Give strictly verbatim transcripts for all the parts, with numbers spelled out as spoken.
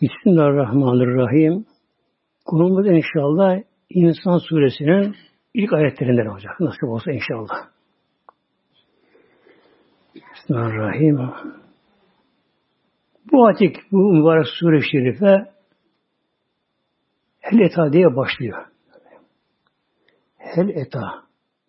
Bismillahirrahmanirrahim. Konumuz inşallah İnsan Suresinin ilk ayetlerinden olacak. Nasip olsa inşallah. Bismillahirrahmanirrahim. Bu ayet, bu mübarek sure-i şerife Hel Eta diye başlıyor. Hel Eta.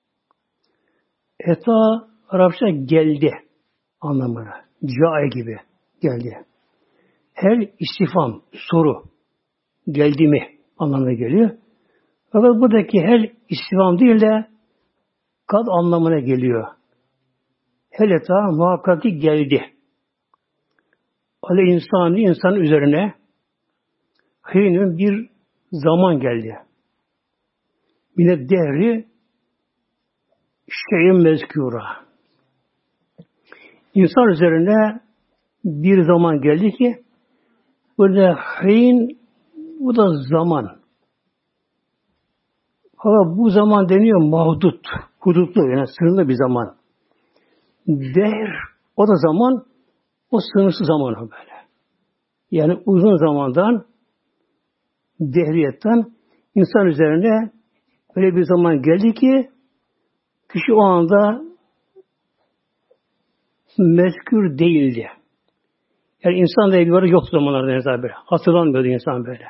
Eta Arapça geldi anlamına. Cae gibi geldi. Hel istifam, soru. Geldi mi anlamına geliyor. Fakat buradaki hel istifam değil de kad anlamına geliyor. Hel Eta muhakkak ki geldi. Ale insanı insan üzerine hînün bir zaman geldi. Yine dehri şeyin mezkûra. İnsan üzerine bir zaman geldi ki burada hîn, bu da zaman. Fakat bu zaman deniyor mahdut, hudutlu, yani sınırlı bir zaman. Dehr, o da zaman, o sınırsız zaman o böyle. Yani uzun zamandan, dehriyetten insan üzerine öyle bir zaman geldi ki kişi o anda mezkür değildi. Yani insan da ilgili yok zamanlarda mesela böyle. Hatırlanmıyordu insan böyle.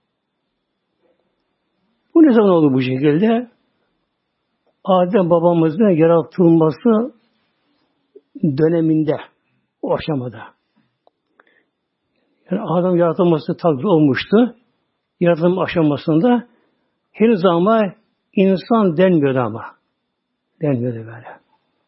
Bu ne zaman oldu bu şekilde? Adem babamızın yaratılması döneminde, o aşamada. Yani Adem yaratılması takdir olmuştu. Yaratılım aşamasında henüz ama insan denmiyordu ama. Denmiyordu böyle.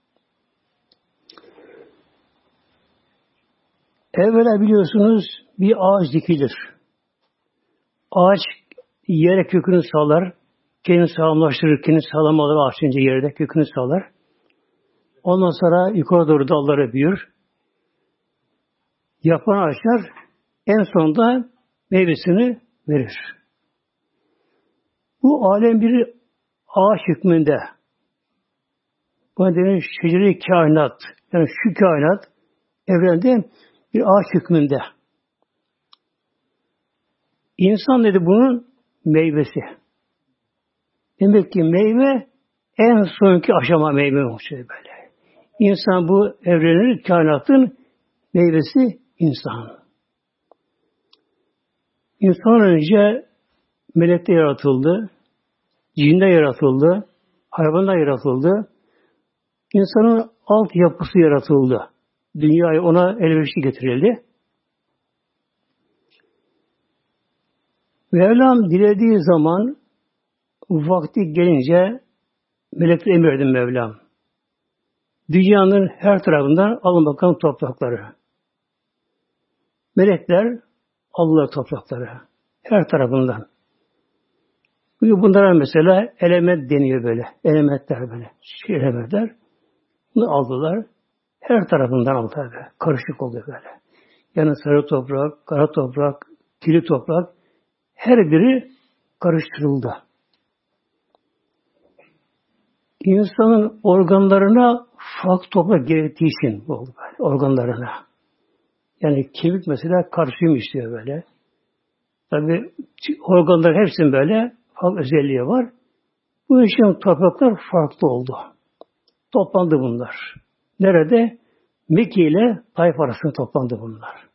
Evvela biliyorsunuz bir ağaç dikilir. Ağaç yere kökünü sağlar, kendini sağlamlaştırır, kendini sağlam alır ağaçınca yerde kökünü sağlar. Ondan sonra yukarı doğru dalları büyür. Yaprağı açar, en sonunda meyvesini verir. Bu alem bir ağaç hükmünde. Bu denir şeceri kainat. Yani şu kainat evrende bir ağaç hükmünde. İnsan dedi bunun meyvesi. Demek ki meyve en sonki aşama meyve olmuş böyle. İnsan bu evrenin, kainatın meyvesi insan. İnsan önce melekte yaratıldı, cinde yaratıldı, hayvanda yaratıldı. İnsanın alt yapısı yaratıldı. Dünyayı ona elverişli getirildi. Mevlam dilediği zaman vakti gelince melekle emredin Mevlam. Dünyanın her tarafından alın bakalım toprakları. Melekler alırlar toprakları. Her tarafından. Bunlara mesela element deniyor böyle. Elementler böyle. Şey elementler. Bunu aldılar. Her tarafından aldılar böyle. Karışık oluyor böyle. Yani sarı toprak, kara toprak, kili toprak. Her biri karıştırıldı. İnsanın organlarına farklı toprak gerektiği için oldu böyle. Organlarına. Yani kemik mesela kalsiyum istiyor böyle. Tabi organların hepsinin böyle farklı özelliği var. Bu için topraklar farklı oldu. Toplandı bunlar. Nerede? Mekke ile Taif arasında toplandı bunlar.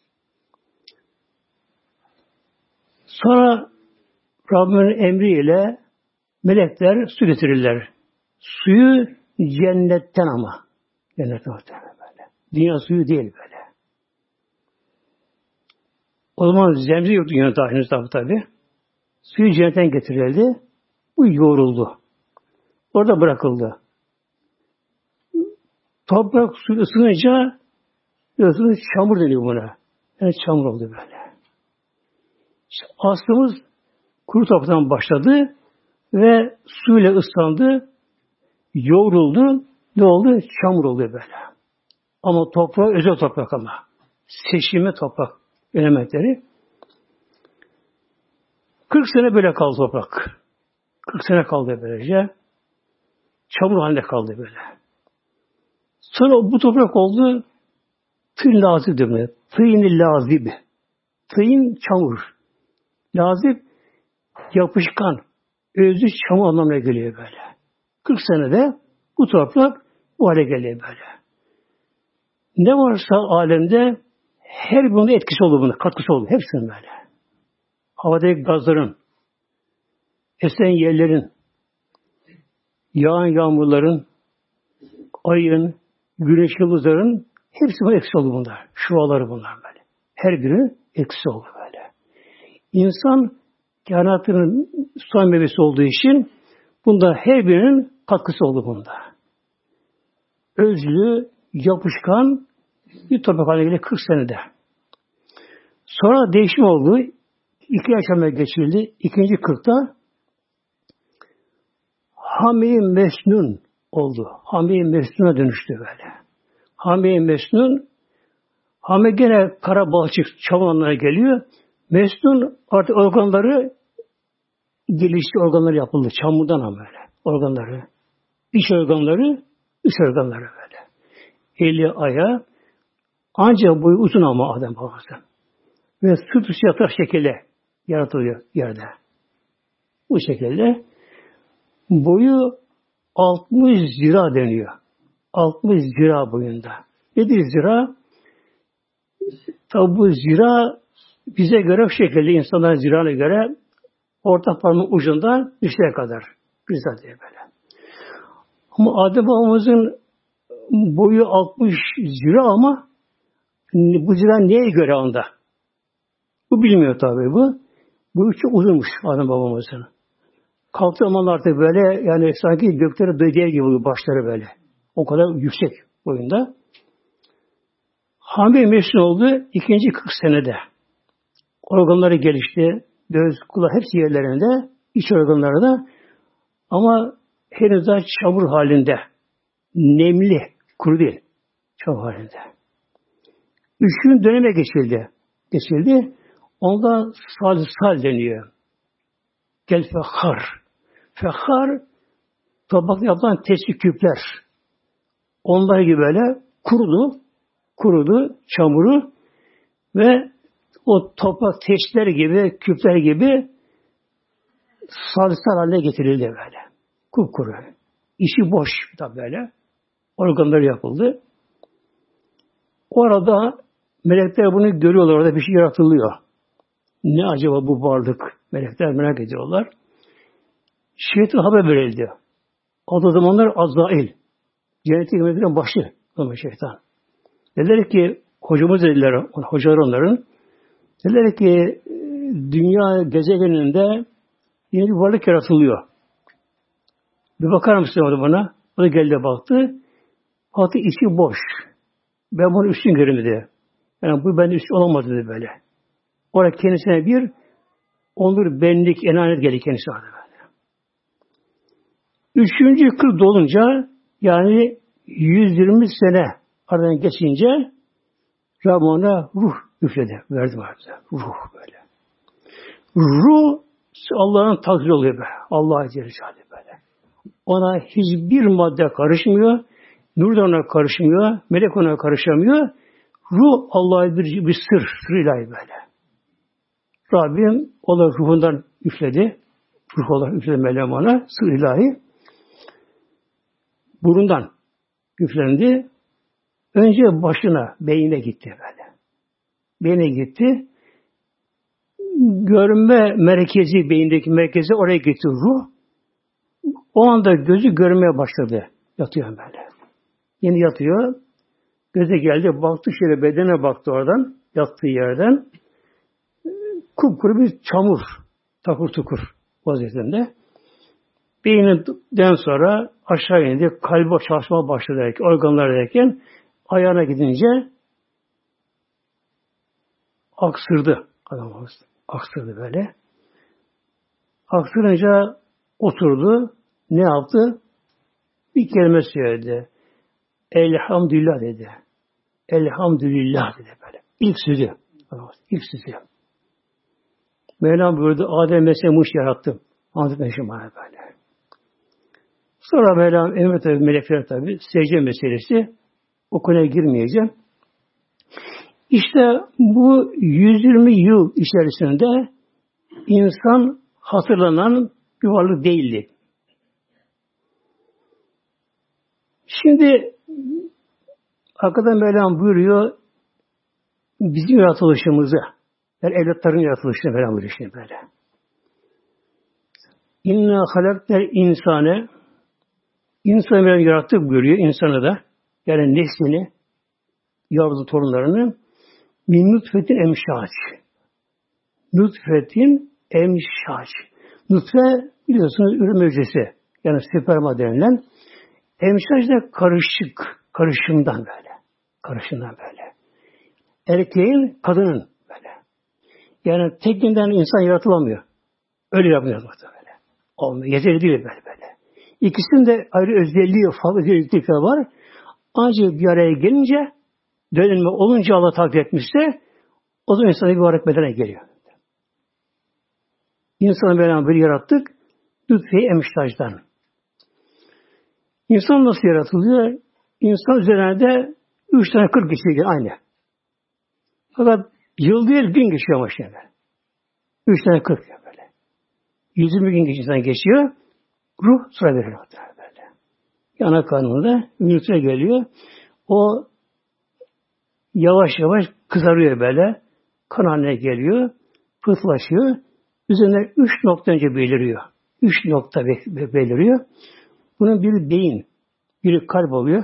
Sonra Rabbimin emriyle melekler su getirirler. Suyu cennetten ama. Cennetten böyle. Dünya suyu değil böyle. O zaman zemzem yoktu dünya henüz tabi tabi. Suyu cennetten getirildi. Bu yoğruldu. Orada bırakıldı. Toprak suyu ısınınca biliyorsunuz çamur deniyor buna. Yani çamur oldu böyle. İşte aslımız kuru topraktan başladı ve suyla ıslandı, yoğruldu, ne oldu? Çamur oldu böyle. Ama toprak özel toprak ama. Seçilme toprak elementleri. kırk sene böyle kaldı toprak. kırk sene kaldı böylece. Çamur halinde kaldı böyle. Sonra bu toprak oldu tın lazib demek. Tın lazib. Tıyın çamur. Lazip yapışkan, özlü çamur anlamına geliyor böyle. kırk senede bu toprak bu hale geliyor böyle. Ne varsa alemde her birinin etkisi oldu buna, katkısı oldu. Hepsinin böyle. Havadaki gazların, esen yerlerin, yağan yağmurların, ayın, güneş yıldızların hepsi buna etkisi oldu bunlar. Şuaları bunlar böyle. Her biri etkisi oldu böyle. İnsan kainatının son meyvesi olduğu için bunda her birinin katkısı oldu bunda. Özlü, yapışkan bir toprak haline geldi kırk senede. Sonra değişim oldu. İki aşamaya geçildi. İkinci kırkta Hami Mesnun oldu. Hami Mesnun'a dönüştü böyle. Hami Mesnun Hami gene kara balçık çamanlara geliyor. Mesnun artık organları gelişti, organları yapıldı. Çamurdan ama böyle. Organları. İç organları, üç organları böyle. Eli, ayağı. Ancak boyu uzun ama Adem babası. Ve sırt üstü yatar şekilde yaratılıyor yerde. Bu şekilde boyu altmış zira deniyor. altmış zira boyunda. Nedir zira? Tabi bu zira bize göre bu şekilde, insanların zirana göre orta parmağın ucundan üstüne kadar. Zira diye böyle. Ama Adem babamızın boyu altmış zira ama bu zira neye göre onda? Bu bilmiyor tabi bu. Bu çok uzunmuş Adem babamızın. Kalktığı zamanlar artık böyle yani sanki göklere döger gibi başları böyle. O kadar yüksek boyunda. Hamile meşhur oldu ikinci kırk senede. Organları gelişti. Göz, kulak hepsi yerlerinde. İç organları da. Ama henüz daha çamur halinde. Nemli. Kuru değil. Çamur halinde. Üç gün döneme geçildi. Geçildi. Onda sal sal deniyor. Gel fehar. Fehar toprakta yapılan tesbih küpler. Onlar gibi böyle kurudu. Kurudu. Çamuru ve o toprak teşler gibi, küpler gibi salsal haline getirildi böyle. Kupkuru. İşi boş tabi böyle. Organları yapıldı. Orada melekler bunu görüyorlar. Orada bir şey yaratılıyor. Ne acaba bu varlık? Melekler merak ediyorlar. Şeytan haber verildi. O zamanlar Azrail. Cennete girmekten başı. Ama şeytan. Dediler ki, hocamız dediler, hocalar onların. Dediler ki, dünya gezegeninde yeni bir varlık yaratılıyor. Bir bakar mısın orada bana? O da geldi baktı. Hatta içi boş. Ben bunu üstün göreyim dedi. Yani bu bende üstün olamaz dedi böyle. Orada kendisine bir onur, benlik, enanet geldi kendisi orada böyle. Üçüncü kırk dolunca yani yüz yirmi sene aradan geçince Rabbim ona ruh üfledi. Verdi vardı. Ruh böyle. Ruh Allah'ın takdiri oluyor be. Allah'a Celle Celaluhu böyle. Ona hiçbir madde karışmıyor. Nur da ona karışmıyor. Melek ona karışamıyor. Ruh Allah'a bir, bir sır. Sır ilahi böyle. Rabbim ona ruhundan üfledi. Ruh olarak üfledi Mevlam ona. Sır ilahi. Burundan üflendi. Önce başına, beynine gitti böyle. Beyne gitti. Görme merkezi, beyindeki merkezi oraya gitti ruh. O anda gözü görmeye başladı. Yatıyor böyle. Yeni yatıyor. Göze geldi. Baktı şöyle bedene baktı oradan. Yattığı yerden. Kupkuru bir çamur. Takur tukur vaziyetinde. Beyninden sonra aşağı indi. Kalbi çalışmaya başladı derken, organlar derken ayağına gidince aksırdı adamımız. Aksırdı böyle. Aksırınca oturdu. Ne yaptı? Bir kelime söyledi. Elhamdülillah dedi. Elhamdülillah dedi böyle. İlk sözü. İlk sözü. Mevlam buyurdu. Adem mesela muş yarattım. Anlatıp meşhum bana böyle. Sonra Mevlam emret tabi melekler tabi secde meselesi. O konuya girmeyeceğim. İşte bu yüz yirmi yıl içerisinde insan hatırlanan bir varlık değildi. Şimdi hakikaten Mevlam buyuruyor bizim yaratılışımızı, yani evlatların yaratılışını Mevlam buyuruyor şimdi böyle. İnna halaktel insane, insanı Mevlam yarattık buyuruyor, insanı da, yani neslini, yavru torunlarını min nutfetin emşaç. Nutfetin emşaç. Nutfe biliyorsunuz üreme hücresi. Yani sperma denilen. Emşaç da karışık. Karışımdan böyle. Karışımdan böyle. Erkeğin, kadının böyle. Yani tekinden insan yaratılamıyor. Öyle yapmıyor böyle. Olmuyor. Yeterli değil böyle böyle. İkisinin de ayrı özelliği, farklı özellikleri var. Ancak bir araya gelince dönülme olunca Allah takdir etmişse o zaman insana bir varlık bedene geliyor. İnsanı beraber yarattık. Lütfi emştajdan. İnsan nasıl yaratılıyor? İnsan üzerinde üç tane kırk geçiyor aynı. Fakat yıl değil gün geçiyor ama şimdi. Üç tane kırk böyle. Yüz yirmi gün geçiyor, geçiyor. Ruh sıra veriyor böyle. Yana karnında ümrütüne geliyor. O yavaş yavaş kızarıyor böyle. Kan haline geliyor. Pıhtılaşıyor. Üzerine üç nokta önce beliriyor. Üç nokta beliriyor. Bunun biri beyin, biri kalp oluyor.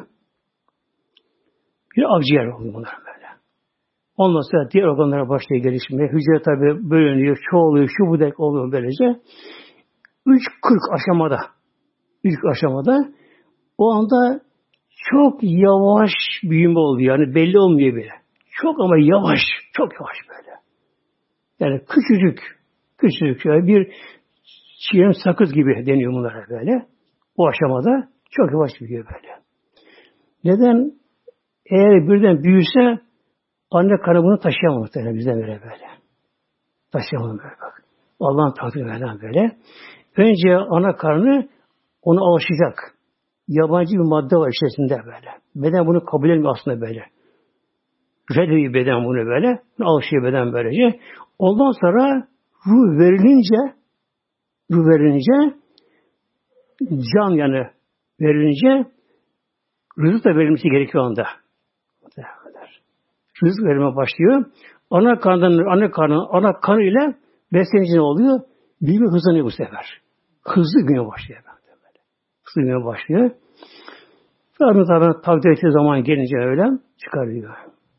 Bir akciğer oluyor bunlar böyle. Ondan sonra diğer organlara başlıyor gelişmeye. Hücre tabi bölünüyor, çoğalıyor, şu bu dek oluyor böylece. Üç kırk aşamada, ilk aşamada o anda çok yavaş büyüme oluyor. Yani belli olmuyor bile. Çok ama yavaş, çok yavaş böyle. Yani küçücük, küçücük şöyle bir çiğnem sakız gibi deniyor bunlara böyle. O aşamada çok yavaş büyüyor böyle. Neden? Eğer birden büyürse anne karnı bunu taşıyamaz muhtemelen bizden böyle böyle. Taşıyamaz böyle bak. Allah'ın takdiri böyle böyle. Önce ana karnı onu alışacak. Yabancı bir madde var içerisinde böyle. Beden bunu kabul etmiyor aslında böyle. Reddediyor beden bunu böyle. Alışıyor beden böylece. Ondan sonra ruh verilince ruh verilince can yani verilince rızık da verilmesi gerekiyor onda. Rızık verilmeye başlıyor. Ana karnının ana karnı ana kanı ile beslenince ne oluyor? Büyüme hızlanıyor bu sefer. Hızlı büyüme başlıyor. Hızlı büyüme başlıyor. Sonra tabi takdir ettiği zaman gelince öyle çıkarıyor.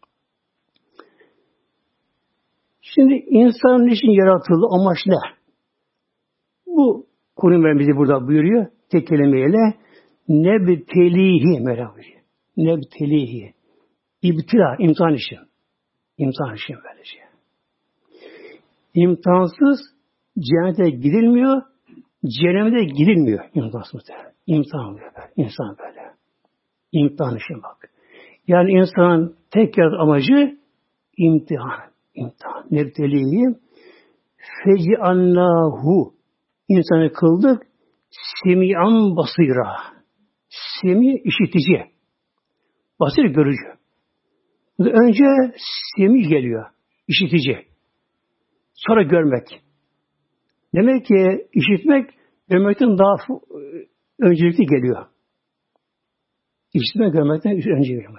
Şimdi insanın için yaratıldığı amaç ne? Bu konu bizi burada buyuruyor. Tek kelimeyle nebtelihi Mevla buyuruyor. Nebtelihi. İbtila, imtihan için. İmtihan için böylece. İmtihansız cennete gidilmiyor, cehenneme de gidilmiyor. İmtihansız. İmtihan oluyor böyle. İnsan böyle. İmtihan için bak. Yani insanın tek amacı imtihan. İmtihan. Nebtelihi feci'annahu. İnsanı kıldık semi'an basira. Semi işitici. Basir görücü. Önce semi geliyor. İşitici. Sonra görmek. Demek ki işitmek görmekten daha öncelikli geliyor. İşitmek görmekten önce geliyor.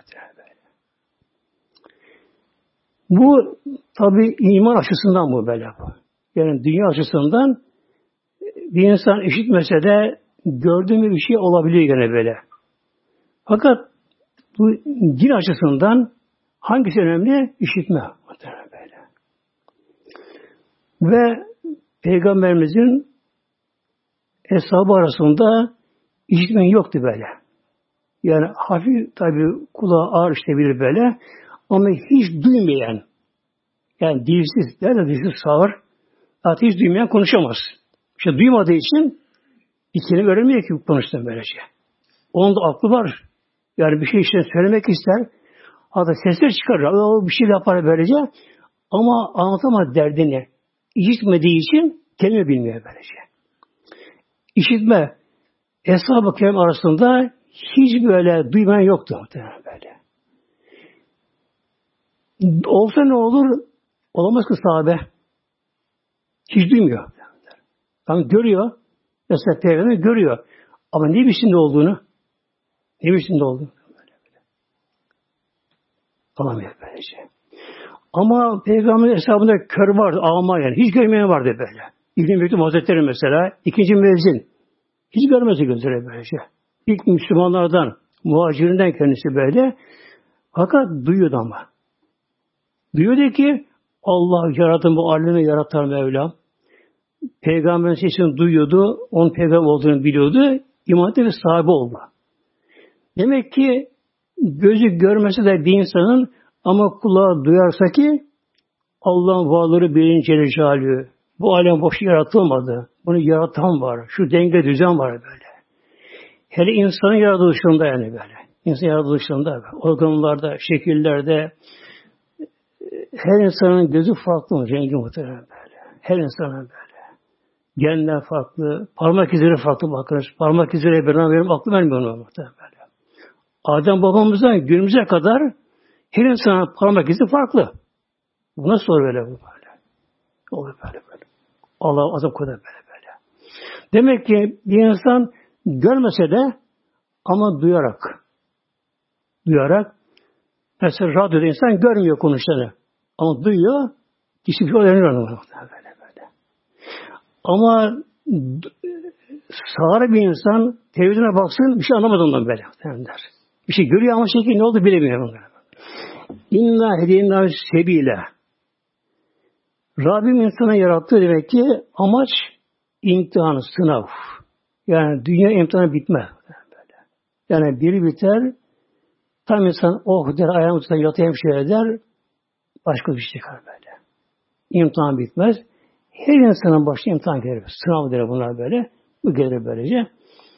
Bu tabi iman açısından bu böyle bu. Yani dünya açısından bir insan işitmese de gördüğü bir şey olabiliyor gene böyle. Fakat bu din açısından hangisi önemli? İşitme. Böyle. Ve Peygamberimizin hesabı arasında işitmen yoktu böyle. Yani hafif tabi kulağı ağır işitebilir böyle. Ama hiç duymayan, yani dilsiz, yani dilsiz sağır, hatta hiç duymayan konuşamaz. İşte duymadığı için bir kelime öğrenmiyor ki konuşsun böylece. Onun da aklı var. Yani bir şey işte söylemek ister. Hatta sesler çıkarır. O bir şey yapar böylece. Ama anlatamaz derdini. İşitmediği için kelime bilmiyor böylece. İşitme, Eshab-ı Kiram arasında hiç böyle duymayan yoktu muhtemelen böyle. Olsa ne olur? Olamaz ki sahabe. Hiç duymuyor. Tam görüyor. Mesela peygamber görüyor. Ama ne biçimde olduğunu, ne biçimde olduğunu alamıyor böylece. Ama peygamberin hesabında kör vardı, ağma yani. Hiç görmeyen vardı böyle. İbn-i Mektum Hazretleri mesela, ikinci müezzin. Hiç görmezi gözleri böylece. İlk Müslümanlardan, muhacirinden kendisi böyle. Fakat duyuyordu ama. Duyuyordu ki Allah yarattı bu alemi yaratan Mevlam. Peygamberin sesini duyuyordu. Onun peygamber olduğunu biliyordu. İmanette bir sahibi oldu. Demek ki gözü görmese de bir insanın ama kulağı duyarsa ki Allah'ın varlığı bilince Celle. Bu alem boşu yaratılmadı. Bunu yaratan var. Şu denge düzen var böyle. Hele insanın yaratılışında yani böyle. İnsan yaratılışında, organlarda, şekillerde her insanın gözü farklı, rengi muhtemelen böyle. Her insanın böyle. Genler farklı, parmak izleri farklı bakınız. Parmak izleri ben benim aklım vermiyor muhtemelen böyle. Adem babamızdan günümüze kadar her insanın parmak izi farklı. Bu nasıl olur böyle bu böyle? Olur böyle böyle. Allah azap koyar böyle böyle. Demek ki bir insan görmese de ama duyarak duyarak mesela radyoda insan görmüyor konuşanı. Ama duyuyor, kişi bir şey öğreniyor onu böyle böyle. Ama sağır bir insan televizyona baksın bir şey anlamaz ondan böyle der. Bir şey görüyor ama şekil ne oldu bilemiyor onları. İnna hediyinna sebile. Rabbim insana yarattı demek ki amaç imtihan, sınav. Yani dünya imtihanı bitme. Böyle. Yani biri biter, tam insan oh der, ayağını tutar, yatayım şey der, başka bir şey çıkar böyle. İmtihan bitmez. Her insanın başına imtihan gelir. Sınav der bunlar böyle. Bu gelir böylece.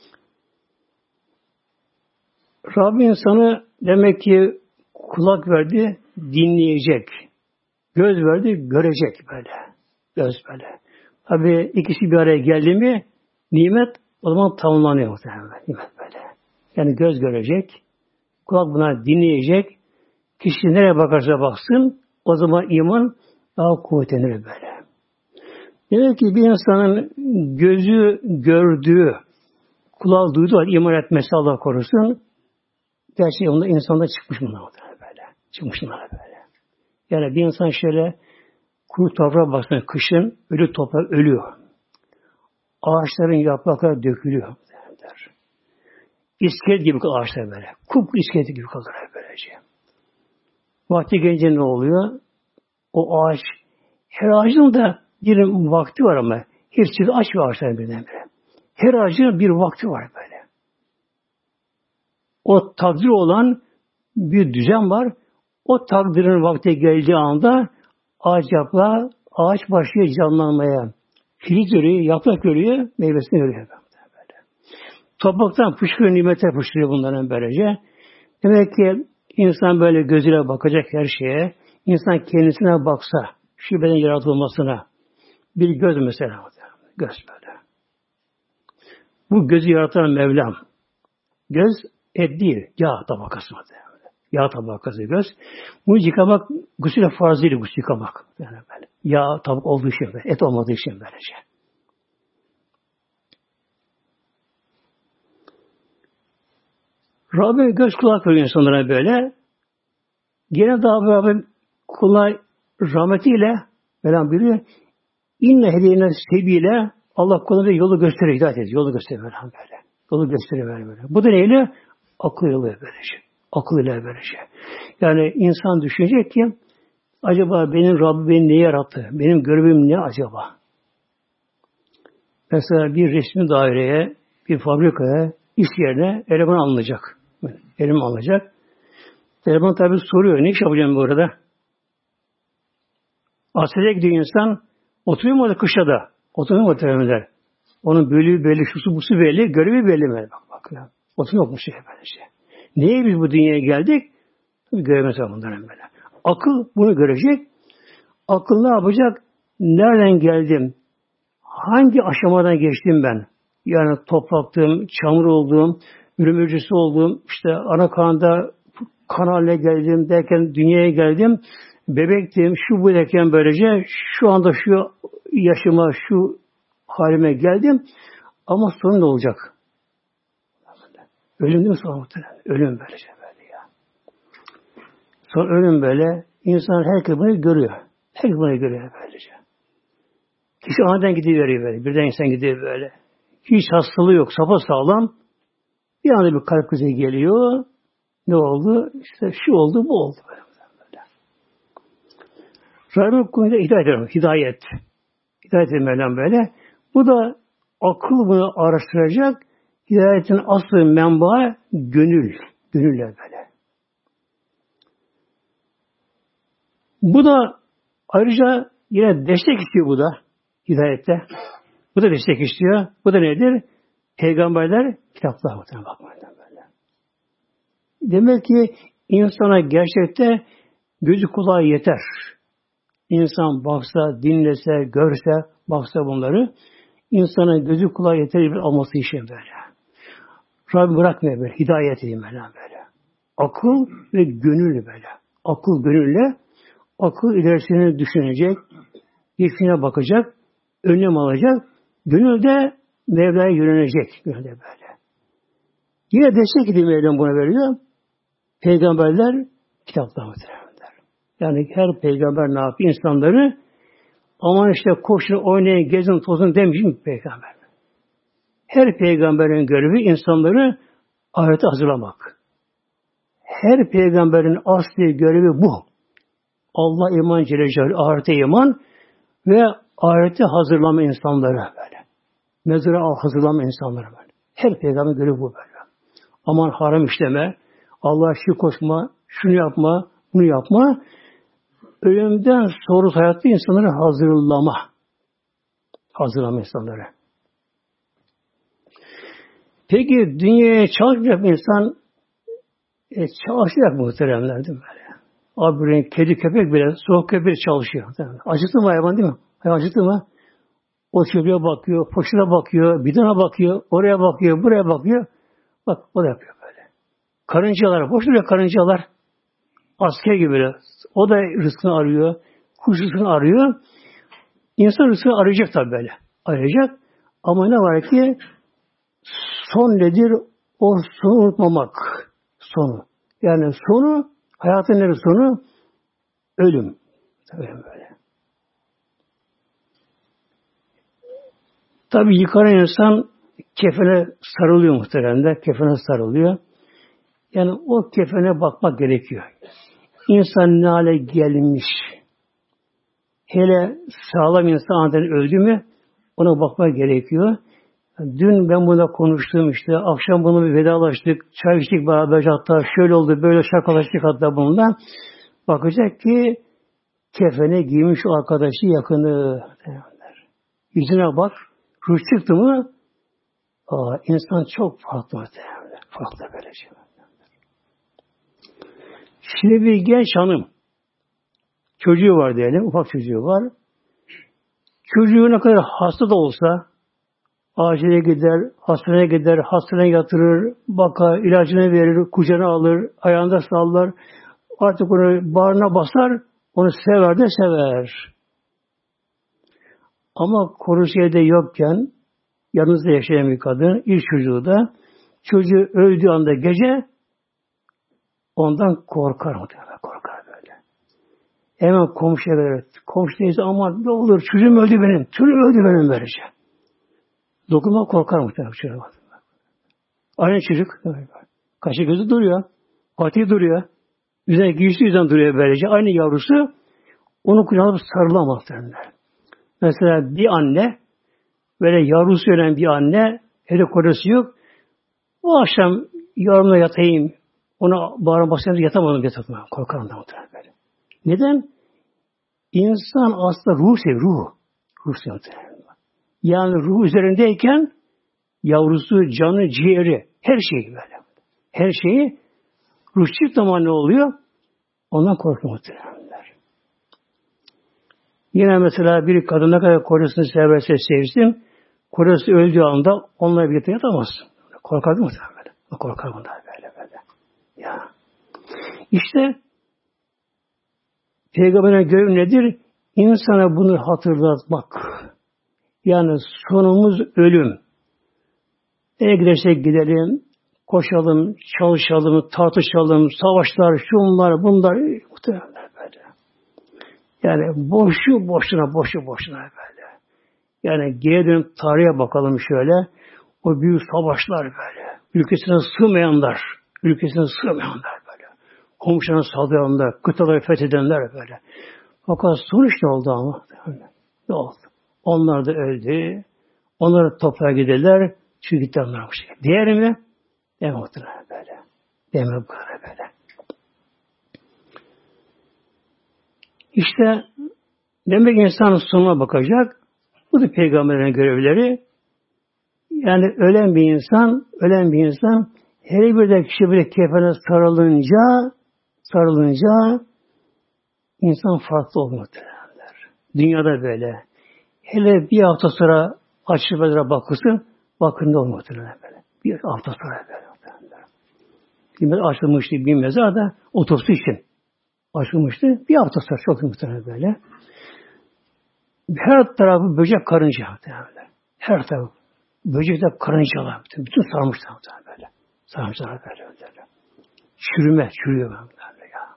Rabbim insanı demek ki kulak verdi, dinleyecek. Göz verdi, görecek böyle. Göz böyle. Tabi ikisi bir araya geldi mi nimet o zaman tamamlanıyor muhtemelen. Nimet böyle. Yani göz görecek, kulak buna dinleyecek. Kişi nereye bakarsa baksın o zaman iman daha kuvvetlenir böyle. Demek ki bir insanın gözü gördüğü, kulağı duyduğu iman etmesi Allah korusun. Gerçi onda insanda çıkmış bunlar böyle. Çıkmış bunlar böyle. Yani bir insan şöyle kuru toprağa baksana kışın ölü toprak ölüyor. Ağaçların yaprakları dökülüyor. Der. İskelet gibi ağaçlar böyle. Kupkuru iskelet gibi kalır böylece. Vakti gelince ne oluyor? O ağaç, her ağacın da bir vakti var ama hepsi de aç bir ağaçlar birdenbire. Her ağacın bir vakti var böyle. O takdir olan bir düzen var. O takdirin vakti geldiği anda ağaç yaprağı, ağaç başlıyor canlanmaya. Filik görüyor, yaprak görüyor, meyvesini görüyor. Böyle. Topraktan fışkırıyor, nimetler fışkırıyor bunların böylece. Demek ki insan böyle gözüyle bakacak her şeye. İnsan kendisine baksa, şu beden yaratılmasına, bir göz mesela. Göz böyle. Bu gözü yaratan Mevlam. Göz et değil, yağ tabakası. Yağ tabakası göz. Bunu yıkamak, gusül-i farz değil, gusül yıkamak. Yani böyle. Yağ tabak olduğu için, böyle, et olmadığı için böylece. Rabbim göz kulak veriyor insanlara böyle. Gene daha beraber kulağı rahmetiyle Mevlam buyuruyor. İnne hediyene sebiyle Allah kuluna yolu gösteriyor, hidayet ediyor. Yolu gösteriyor Mevlam böyle. Yolu gösteriyor böyle. Bu da neyle? Akıl yolu böylece. Akıl ile böylece. Yani insan düşünecek ki acaba benim Rabbim beni ne yarattı? Benim görevim ne acaba? Mesela bir resmi daireye, bir fabrikaya, iş yerine eleman alınacak. Eleman alınacak. Eleman tabi soruyor. Ne iş yapacağım bu arada? Askere gidiyor insan. Oturuyor mu orada kışa da? Oturuyor mu orada? Onun bölüğü belli, şusu busu belli, görevi belli mi? Bak bak ya. Oturuyor mu şey böylece? Niye biz bu dünyaya geldik? Tabii göremez bunların böyle. Akıl bunu görecek. Akıl ne yapacak? Nereden geldim? Hangi aşamadan geçtim ben? Yani topraktım, çamur olduğum, ürün öncesi olduğum, işte ana karnında kan haline geldim derken dünyaya geldim. Bebektim, şu bu derken böylece şu anda şu yaşıma, şu halime geldim. Ama sorun ne olacak? Ölüm değil mi sonra muhtemelen? Ölüm böylece böyle ya. Sonra ölüm böyle. İnsan herkes bunu görüyor. Herkes bunu görüyor böylece. Kişi aniden gidiveriyor böyle. Birden insan gidiyor böyle. Hiç hastalığı yok. Sapasağlam. Bir anda bir kalp krizi geliyor. Ne oldu? İşte şu oldu, bu oldu. Böyle. Rabbim konuda hidayet eder. Hidayet. Hidayet etmeden böyle. Bu da akıl bunu araştıracak. Hidayetin aslı menbaı gönül. Gönülle böyle. Bu da ayrıca yine destek istiyor bu da. Hidayette. Bu da destek istiyor. Bu da nedir? Peygamberler kitaplar muhtemelen bakmadan böyle. Demek ki insana gerçekte gözü kulağı yeter. İnsan baksa, dinlese, görse, baksa bunları, insana gözü kulağı yeter bir alması işe böyle. Rabbim bırakmıyor böyle, hidayet edeyim böyle böyle. Akıl ve gönül böyle. Akıl gönülle, akıl ilerisini düşünecek, geçmişine bakacak, önlem alacak, gönül de Mevla'ya yönelecek böyle böyle. Yine destek edeyim Mevlam buna veriyor. Peygamberler kitaplar muhtemelen. Yani her peygamber ne yapıyor? İnsanları aman işte koşun, oynayın, gezin, tozun demiş mi peygamber? Her peygamberin görevi insanları ahirete hazırlamak. Her peygamberin asli görevi bu. Allah iman Celle Celaluhu, ahirete iman ve ahirete hazırlama insanları böyle. Mezara hazırlama insanları böyle. Her peygamber görevi bu böyle. Aman haram işleme, Allah'a şirk koşma, şunu yapma, bunu yapma. Ölümden sonra hayatta insanları hazırlama. Hazırlama insanları. Peki dünyaya çalışacak bir insan e, çalışacak muhteremler değil mi böyle? Abi kedi köpek bile soğuk köpek çalışıyor. Acıktı mı hayvan değil mi? Hayvan acıktı mı? O çöplüğe bakıyor, poşete bakıyor, bidona bakıyor, oraya bakıyor, buraya bakıyor. Bak o da yapıyor böyle. Karıncalar, boş duruyor karıncalar. Asker gibi böyle. O da rızkını arıyor. Kuş rızkını arıyor. İnsan rızkını arayacak tabii böyle. Arayacak. Ama ne var ki son nedir? O sonu unutmamak. Sonu. Yani sonu, hayatın nedir sonu? Ölüm. Tabii böyle. Tabii yıkanan insan kefene sarılıyor muhtemelen. Kefene sarılıyor. Yani o kefene bakmak gerekiyor. İnsan ne hale gelmiş. Hele sağlam insan aniden öldü mü ona bakmak gerekiyor. Dün ben buna konuştum işte. Akşam bunu bir vedalaştık. Çay içtik beraber hatta şöyle oldu böyle şakalaştık hatta bununla. Bakacak ki kefene giymiş o arkadaşı yakını. Yüzüne bak. Ruh çıktı mı aa, insan çok farklı. Farklı böylece. Şimdi bir genç hanım çocuğu var diyelim. Ufak çocuğu var. Çocuğu ne kadar hasta da olsa acile gider, hastaneye gider, hastaneye yatırır, bakar, ilacını verir, kucağına alır, ayağında sallar. Artık onu bağrına basar, onu sever de sever. Ama korusiyede yokken yanınızda yaşayan bir kadın, ilk çocuğu da çocuğu öldüğü anda gece ondan korkar muhtemelen, korkar böyle. Hemen komşuya verir. Komşu teyze aman ne olur çocuğum öldü benim, çocuğum öldü benim böylece. Dokunma korkar muhtemelen çocuğa. Aynı çocuk, kaşı gözü duruyor, patiği duruyor, üzerine giysi yüzden duruyor böylece. Aynı yavrusu onu kucağına sarılamaz muhtemelen. Mesela bir anne, böyle yavrusu ölen bir anne, evde kocası yok, o akşam yavrumla yatayım, ona bağırma basınca yatamadım diye takmam. Korkarım da muhtemelen böyle. Neden? İnsan aslında ruh seviyor, ruh. Ruh seviyor. Yani ruh üzerindeyken yavrusu, canı, ciğeri, her şeyi böyle. Her şeyi ruh çıktığı zaman ne oluyor? Ondan korkuyor muhtemelen. Yine mesela bir kadın ne kadar kocasını severse sevsin, kocası öldüğü anda onunla birlikte yatamaz. Korkar mı muhtemelen? Korkar bundan böyle böyle. Ya. İşte Peygamber'in görevi nedir? İnsana bunu hatırlatmak. Yani sonumuz ölüm. Nereye gidersek gidelim, koşalım, çalışalım, tartışalım, savaşlar, şunlar, bunlar, muhtemelen böyle. Yani boşu boşuna, boşu boşuna böyle. Yani geriye dönüp tarihe bakalım şöyle. O büyük savaşlar böyle. Ülkesine sığmayanlar, ülkesine sığmayanlar böyle. Komşuna saldıranlar, kıtaları fethedenler böyle. Fakat sonuç ne oldu ama? Ne oldu? Onlar da öldü. Onlar toprağa giderler. Çünkü gitti onlara bu şekilde. Diğer mi? Deme muhtemelen böyle. Deme bu kadar böyle. İşte demek insan sonuna bakacak. Bu da peygamberlerin görevleri. Yani ölen bir insan, ölen bir insan her bir de kişi böyle kefene sarılınca sarılınca insan farklı olur muhtemelenler. Dünyada böyle. Hele bir hafta sonra açıp böyle bakılsın, bakın ne olur muhtemelen böyle. Bir hafta sonra böyle muhtemelen. Bir açılmıştı bir mezar da otopsi için açılmıştı. Bir hafta sonra çok muhtemelen böyle. Her tarafı böcek karınca muhtemelen. Her tarafı böcekler karıncalar. Bütün sarmışlar muhtemelen böyle. Sarmışlar böyle. böyle. Çürüme, çürüyor böyle ya.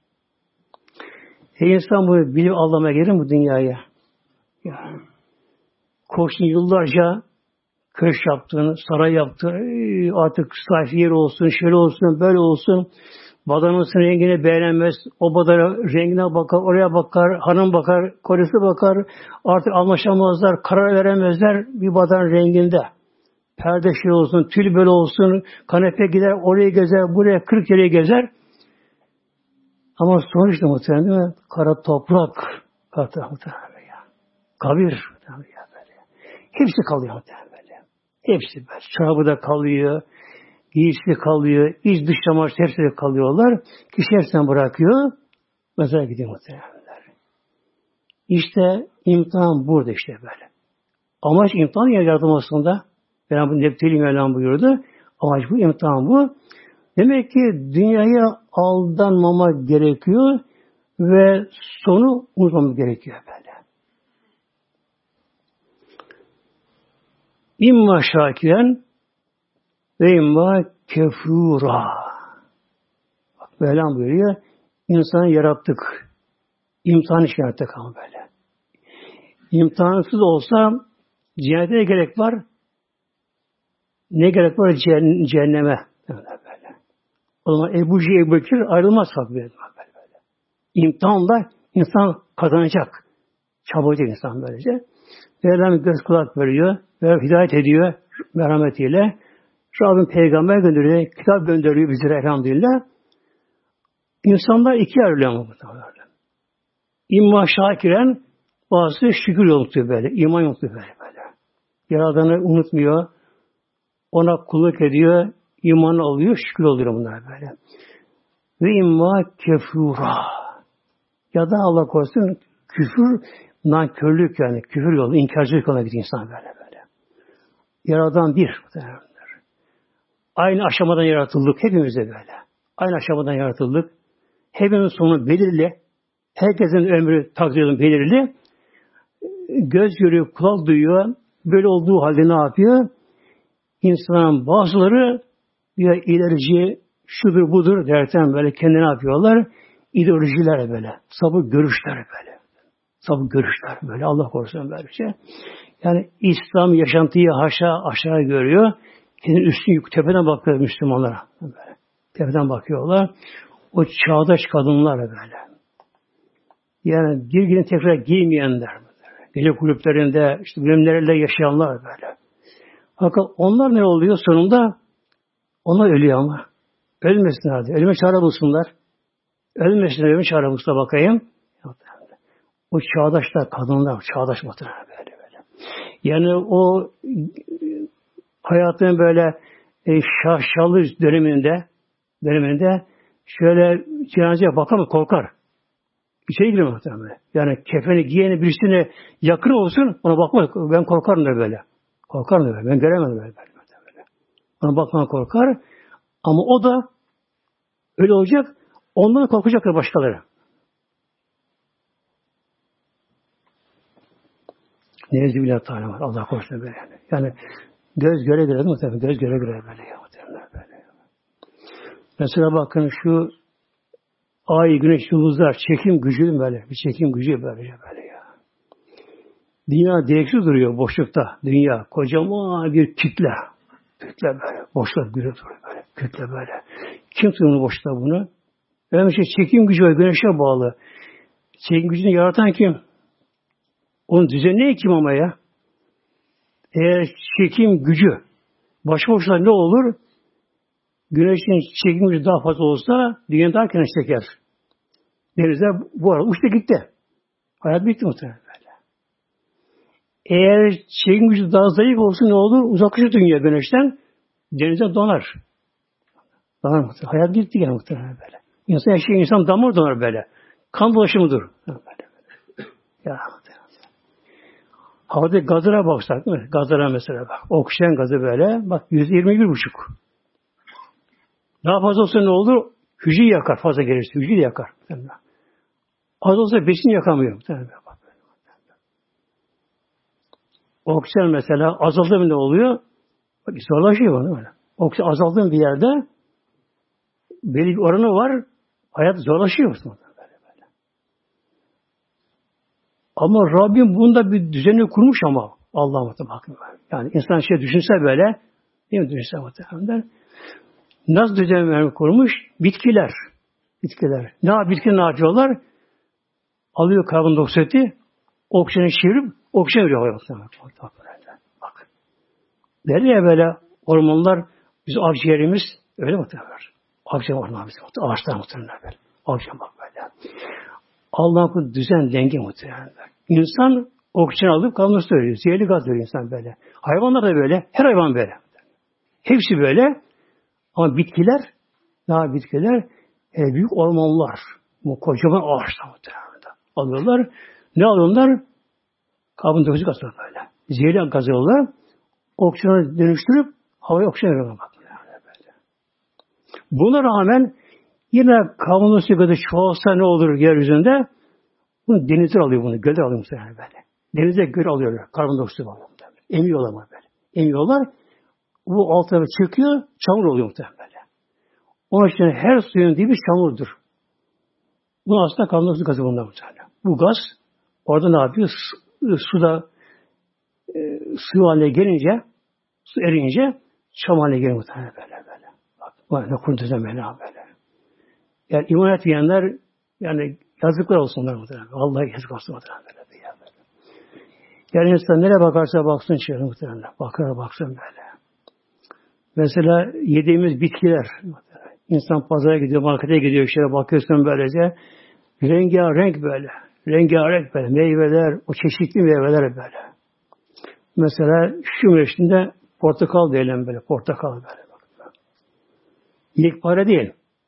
E insan bu bilim anlamaya gelir mi bu dünyaya? Ya. Koşun yıllarca köşk yaptığını, saray yaptığını, artık sayfi yer olsun, şöyle olsun, böyle olsun. Badanın rengini beğenmez. O badanın rengine bakar, oraya bakar, hanım bakar, kocası bakar. Artık anlaşamazlar, karar veremezler bir badanın renginde. Perde şey olsun, tül böyle olsun, kanepe gider, oraya gezer, buraya kırk yere gezer. Ama sonuçta muhtemelen değil mi? Kara toprak. Kara toprak ya. Kabir. Hepsi kalıyor muhtemelen böyle. Hepsi böyle. Çorabı da kalıyor. Giysi kalıyor. İç dış çamaşır hepsi de kalıyorlar. Kişi hepsini bırakıyor. Mezara gidiyor muhtemelen. İşte imtihan burada işte böyle. Amaç imtihan yaratılmasında. Yani bu Nebteli Mevlam buyurdu. Amaç bu, imtihan bu. Demek ki dünyaya aldanmamak gerekiyor ve sonu unutmamak gerekiyor böyle. İmma şakiren ve imma kefura. Bak Mevlam buyuruyor. İnsanı yarattık. İmtihan için yarattık ama böyle. İmtihansız olsa cennete ne gerek var? Ne gerek var cehenneme? Böyle. O zaman Ebu Cehil Ebu Bekir ayrılmaz tabi böyle. İmtihanla insan kazanacak. Çabalacak insan böylece. Mevlam göz kulak veriyor. Ve hidayet ediyor merhametiyle. Rabbim peygamber gönderiyor. Kitap gönderiyor bizlere elhamdülillah. İnsanlar ikiye ayrılıyor mu bu tabi? İmma şakiren bazısı şükür yoktu böyle. İman yoktu böyle böyle. Yaradanı unutmuyor. Ona kulluk ediyor. İmanı alıyor. Şükür oluyor bunlar böyle. Ve imma kefura. Ya da Allah korusun küfür, nankörlük yani. Küfür yolu, inkarcılık yoluna gidiyor insan böyle böyle. Yaradan bir. Aynı aşamadan yaratıldık. Hepimiz de böyle. Aynı aşamadan yaratıldık. Hepimizin sonu belirli. Herkesin ömrü takdiri belirli. Göz görüyor, kulak duyuyor. Böyle olduğu halde ne yapıyor? İnsanların bazıları ya ilerici, şudur budur derken böyle kendine yapıyorlar. İdeolojiler böyle. Sapık görüşler böyle. Sapık görüşler böyle. Allah korusun böyle şey. Yani İslam yaşantıyı haşa aşağı görüyor. Kendini üstün yük tepeden bakıyor Müslümanlara. Böyle. Tepeden bakıyorlar. O çağdaş kadınlar böyle. Yani bir gün tekrar giymeyenler. Gece kulüplerinde, işte bilimlerle yaşayanlar böyle. Fakat onlar ne oluyor sonunda? Onlar ölüyor ama. Ölmesinler diye. Ölüme çare bulsunlar. Ölmesinler, ölüme çare bulsunlar bakayım. O çağdaşlar, kadınlar, çağdaş muhtemelen böyle böyle. Yani o hayatın böyle e, şaşalı döneminde döneminde şöyle cenazeye bakar mı korkar. İçeri girer muhtemelen. Yani kefeni giyeni birisine yakın olsun ona bakma. Ben korkarım da böyle. Korkarım da böyle. Ben göremem böyle. böyle. Ona bakmadan korkar. Ama o da öyle olacak. Ondan korkacaklar başkaları. Nevzi billah Teala var. Allah korusun böyle yani. Yani göz göre göre değil mi tabii? Göz göre göre böyle ya. Böyle. Mesela bakın şu ay, güneş, yıldızlar çekim gücü böyle. Bir çekim gücü böyle böyle ya. Dünya direksiz duruyor boşlukta. Dünya kocaman bir kütle. Kütle böyle. Boşluk duruyor böyle. Kütle böyle. Kim tutuyor boşlukta bunu? Öyle şey çekim gücü var. Güneşe bağlı. Çekim gücünü yaratan kim? Onun düzenleyen kim ama ya? Eğer çekim gücü başa boşluğa ne olur? Güneşin çekim gücü daha fazla olsa dünya daha kenar çeker. Denizler bu arada uçta gitti. Hayat bitti muhtemelen böyle. Eğer çekim gücü daha zayıf olsa ne olur? Uzaklaşır dünya güneşten. Denize donar. Donar muhtemelen. Hayat bitti gene muhtemelen böyle. İnsan yaşayan insan damar donar böyle. Kan dolaşımıdır. Böyle, böyle. Ya havada gazlara baksak değil mi? Gazlara mesela bak. Oksijen gazı böyle. Bak yüzde yirmi bir buçuk. Daha fazla olsa ne olur? Hücreyi yakar. Fazla gelirse hücreyi yakar. Az olsa besin yakamıyor. Bak. Oksijen mesela azaldı mı ne oluyor? Bak zorlaşıyor bana böyle. Oksijen azaldığın bir yerde belli bir oranı var. Hayat zorlaşıyor. Böyle böyle. Ama Rabbim bunda bir düzeni kurmuş ama Allah'a bakın. Yani insan şey düşünse böyle değil mi? Düşünse muhtemelen. Nasıl düzen kurmuş? Bitkiler. Bitkiler. Ne bitki ne yapıyorlar? Alıyor karbondioksiti, oksijeni çevirip oksijen veriyor. Bak. Böyle ya böyle hormonlar, biz akciğerimiz öyle muhtemelen. Akciğer var bizim. Ağaçlar muhtemelen böyle. Akciğer bak böyle. Allah'ın bu düzen denge muhtemelen. İnsan oksijen alıp karbondioksit veriyor. Zehirli gaz veriyor insan böyle. Hayvanlar da böyle. Her hayvan böyle. Hepsi böyle. Ama bitkiler, daha bitkiler e, büyük ormanlar. Bu kocaman ağaçlar muhtemelen. Alıyorlar. Ne alıyorlar? Karbondioksit gazı böyle. Zehirli gazı alıyorlar. Oksijeni dönüştürüp havaya oksijen veriyorlar. Buna rağmen yine karbondioksit gazı çoğalsa ne olur yeryüzünde? Bunu denizler alıyor bunu. Göller alıyor muhtemelen böyle. Denize göl alıyorlar. Karbondioksit alıyor muhtemelen. Emiyorlar mı böyle? Emiyorlar. Bu alt tarafı çöküyor. Çamur oluyor muhtemelen böyle. Onun için her suyun dibi çamurdur. Bu aslında karbondioksit gazı bundan muhtemelen. Bu gaz orada ne yapıyor? Su, suda e, su haline gelince, su erince çam haline geliyor muhtemelen böyle böyle. Bak, bu ne kurun düzen böyle böyle. Yani iman etmeyenler yani yazıklar olsun onlar muhtemelen. Vallahi yazık olsun muhtemelen böyle. böyle. Yani insan nereye bakarsa baksın şöyle muhtemelen. Bakar baksın böyle. Mesela yediğimiz bitkiler. İnsan pazara gidiyor, markete gidiyor, şöyle bakıyorsun böylece. Rengarenk böyle. Rengarenk böyle. Meyveler, o çeşitli meyveler böyle. Mesela şu mevsimde portakal diyelim böyle. Portakal böyle. Yekpare değil.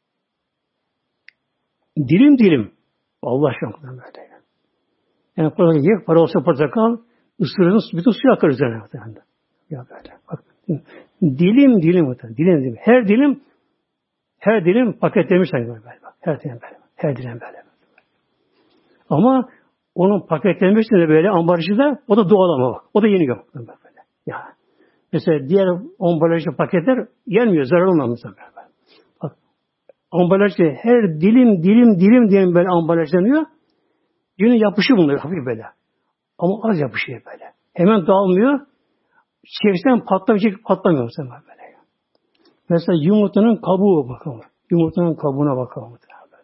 Dilim dilim. Allah aşkına böyle. Yani portakal, yekpare olsa portakal ısırırız, bütün suyu akar üzerine. Ya böyle. Bak. Dilim dilim. Dilim dilim. Her dilim her dilim paketlemiş sanki böyle. Bak. Her dilim böyle. Her dilim böyle. Ama onun paketlenmesi de böyle ambalajı da o da doğal ama bak. O da yeniyor. Böyle. Ya. Mesela diğer ambalajlı paketler yenmiyor. Zarar olmaz böyle. Bak. Ambalajlı her dilim dilim dilim dilim böyle ambalajlanıyor. Yine yapışıyor bunlar hafif böyle. Ama az yapışıyor böyle. Hemen dağılmıyor. İçerisinden patlamayacak, patlamıyor mesela böyle. Mesela yumurtanın kabuğu bakalım. Yumurtanın kabuğuna bakalım.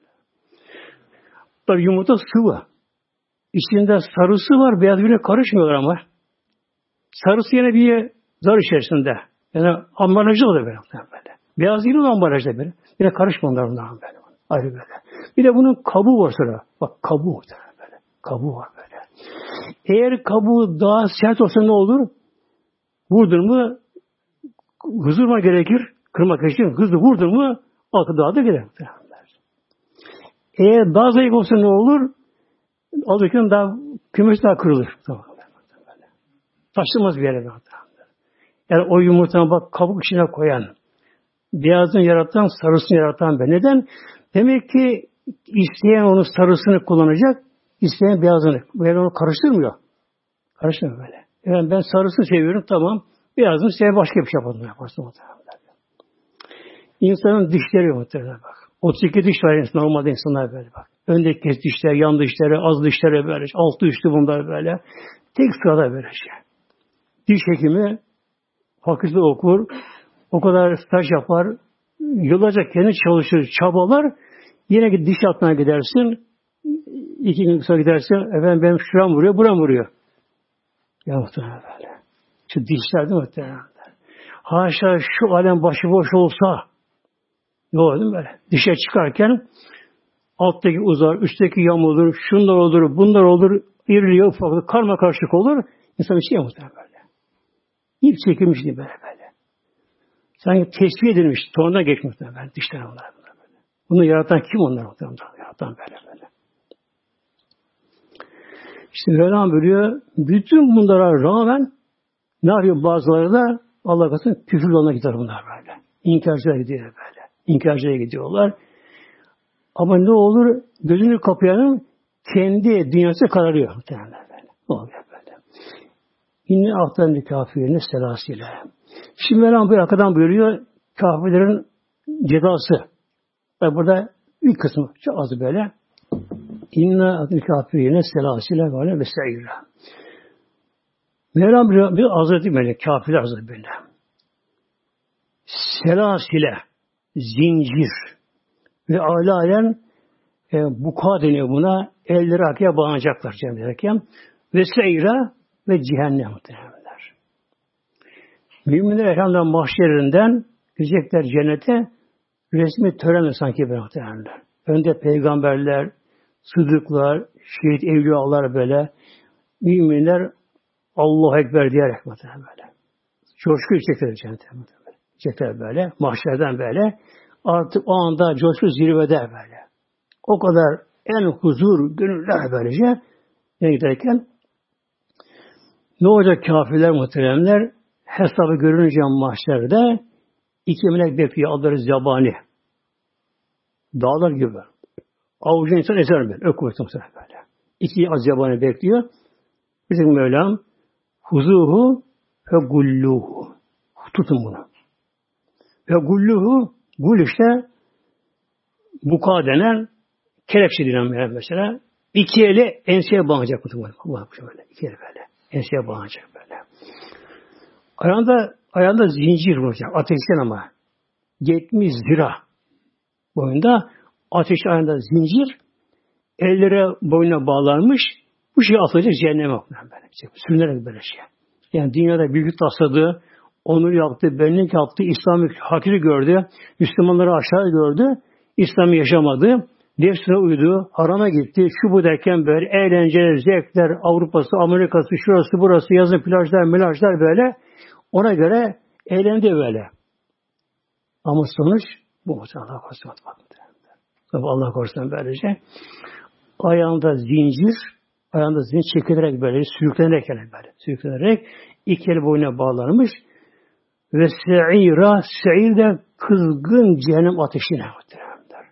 Tabii yumurta sıvı. İçinde sarısı var, beyaz birbirine karışmıyorlar ama. Sarısı yine bir zar içerisinde. Yani ambalajda o da böyle. böyle. Beyaz değil o ambalajda böyle. Yine karışmıyorlar bunlar böyle. Ayrı böyle. Bir de bunun kabuğu var sonra. Bak kabuğu böyle. Kabuğu var böyle. Eğer kabuğu daha sert olsa ne olur? Vurdun mu hızırma gerekir. Kırmak için hızlı vurdun mu altı daha da gelir. Eğer daha zayıf olsa ne olur? Alırken daha kümes daha kırılır. Taşınmaz bir yere. Yani o yumurtanı bak kabuk içine koyan, beyazını yaratan, sarısını yaratan be. Neden? Demek ki isteyen onun sarısını kullanacak, isteyen beyazını. Böyle onu karıştırmıyor. Karıştırmıyor böyle. Yani ben sarısını seviyorum, tamam. Beyazını seviyorum, başka bir şey yapalım. Yaparsın muhtemelen. İnsanın dişleri muhtemelen bak. otuz iki diş var normalde insanlar böyle bak. Öndeki dişler, yan dişleri, az dişleri böyle. Altı üstü bunlar böyle. Tek sırada böyle şey. Diş hekimi fakülte okur, o kadar staj yapar, yıllarca kendi çalışır, çabalar. Yine ki diş atmaya gidersin, iki gün sonra gidersin, efendim benim şuram vuruyor, buram vuruyor. Ya muhtemelen böyle. Şu dişler değil mi muhtemelen? Haşa şu alem başıboş olsa, ne olur değil mi böyle? Dişe çıkarken alttaki uzar, üstteki yamulur, şunlar olur, bunlar olur, iriliyor, ufaklık, karma karışık olur. İnsan bir şey muhtemelen böyle. İp çekilmiş gibi böyle böyle. Sanki tesbih edilmiş, tonuna geçmiş muhtemelen dişler onlar. Böyle. Bunu yaratan kim onlar muhtemelen? Yaratan böyle böyle. İşte Mevlam buyuruyor, bütün bunlara rağmen ne arıyor bazıları da Allah katında küfür yoluna gider bunlar böyle. İnkarcıya gidiyor böyle. İnkarcıya gidiyorlar. Ama ne olur? Gözünü kapayanın kendi dünyası kararıyor muhtemelen böyle. Ne oluyor böyle? İnne ahtarını kafirine selasıyla. Şimdi Mevlam bir arkadan buyuruyor kafirlerin cezası. Ve burada ilk kısmı çok az böyle. İnne ahtarını kafirine selasıyla böyle vesaire. Mevlam bir, bir hazreti böyle kafirler hazreti böyle. Selasile zincir ve alalen e, buka deniyor buna. Elleri arkaya bağlanacaklar cennetlerken. Vesaire ve cehennem muhtemelenler. Müminler elhamdülillah mahşerinden gidecekler cennete resmi törenle sanki böyle muhtemelenler. Önde peygamberler, sıddıklar, şehit evliyalar böyle. Müminler Allahu Ekber diyerek muhtemelen böyle. Coşku çekilir cennete muhtemelen. Çekilir böyle. Mahşerden böyle. Artık o anda coşku zirvede böyle. O kadar en huzur, gönüller böylece ne giderken ne olacak kafirler muhteremler hesabı görünce mahşerde iki melek bekliyor. Adları zebani. Dağlar gibi. Avucun insan ezer böyle. Öküvvet muhterem böyle. İki zebani bekliyor. Bizim Mevlam huzuhu ve gulluhu. Tutun bunu. Ve gulluhu gul işte buka denen kelepçe denen mesela. İki eli enseye bağlayacak muhtemelen. Böyle. İki eli böyle. Enseye bağlayacak böyle. Ayağında, ayağında zincir vuracak. Ateşten ama. yetmiş zira boyunda ateş ayağında zincir. Ellere boynuna bağlanmış. Bu şey atılacak cehenneme böyle. Sürünerek böyle şey. Yani dünyada büyük tasladığı, onur yaptı, benlik yaptı, İslam'ı hakiri gördü, Müslümanları aşağı gördü, İslam'ı yaşamadı, nefsine uydu, harama gitti, şu bu derken böyle eğlenceler, zevkler, Avrupa'sı, Amerika'sı, şurası, burası, yazın plajlar, milajlar böyle, ona göre eğlendi böyle. Ama sonuç bu. Allah korusun. Allah korusun böylece. Ayağında zincir, ayağında zincir çekilerek böyle, sürüklenerek böyle, sürüklenerek iki el boyuna bağlanmış ve se'ira, se'ir de kızgın cehennem ateşine muhteremler.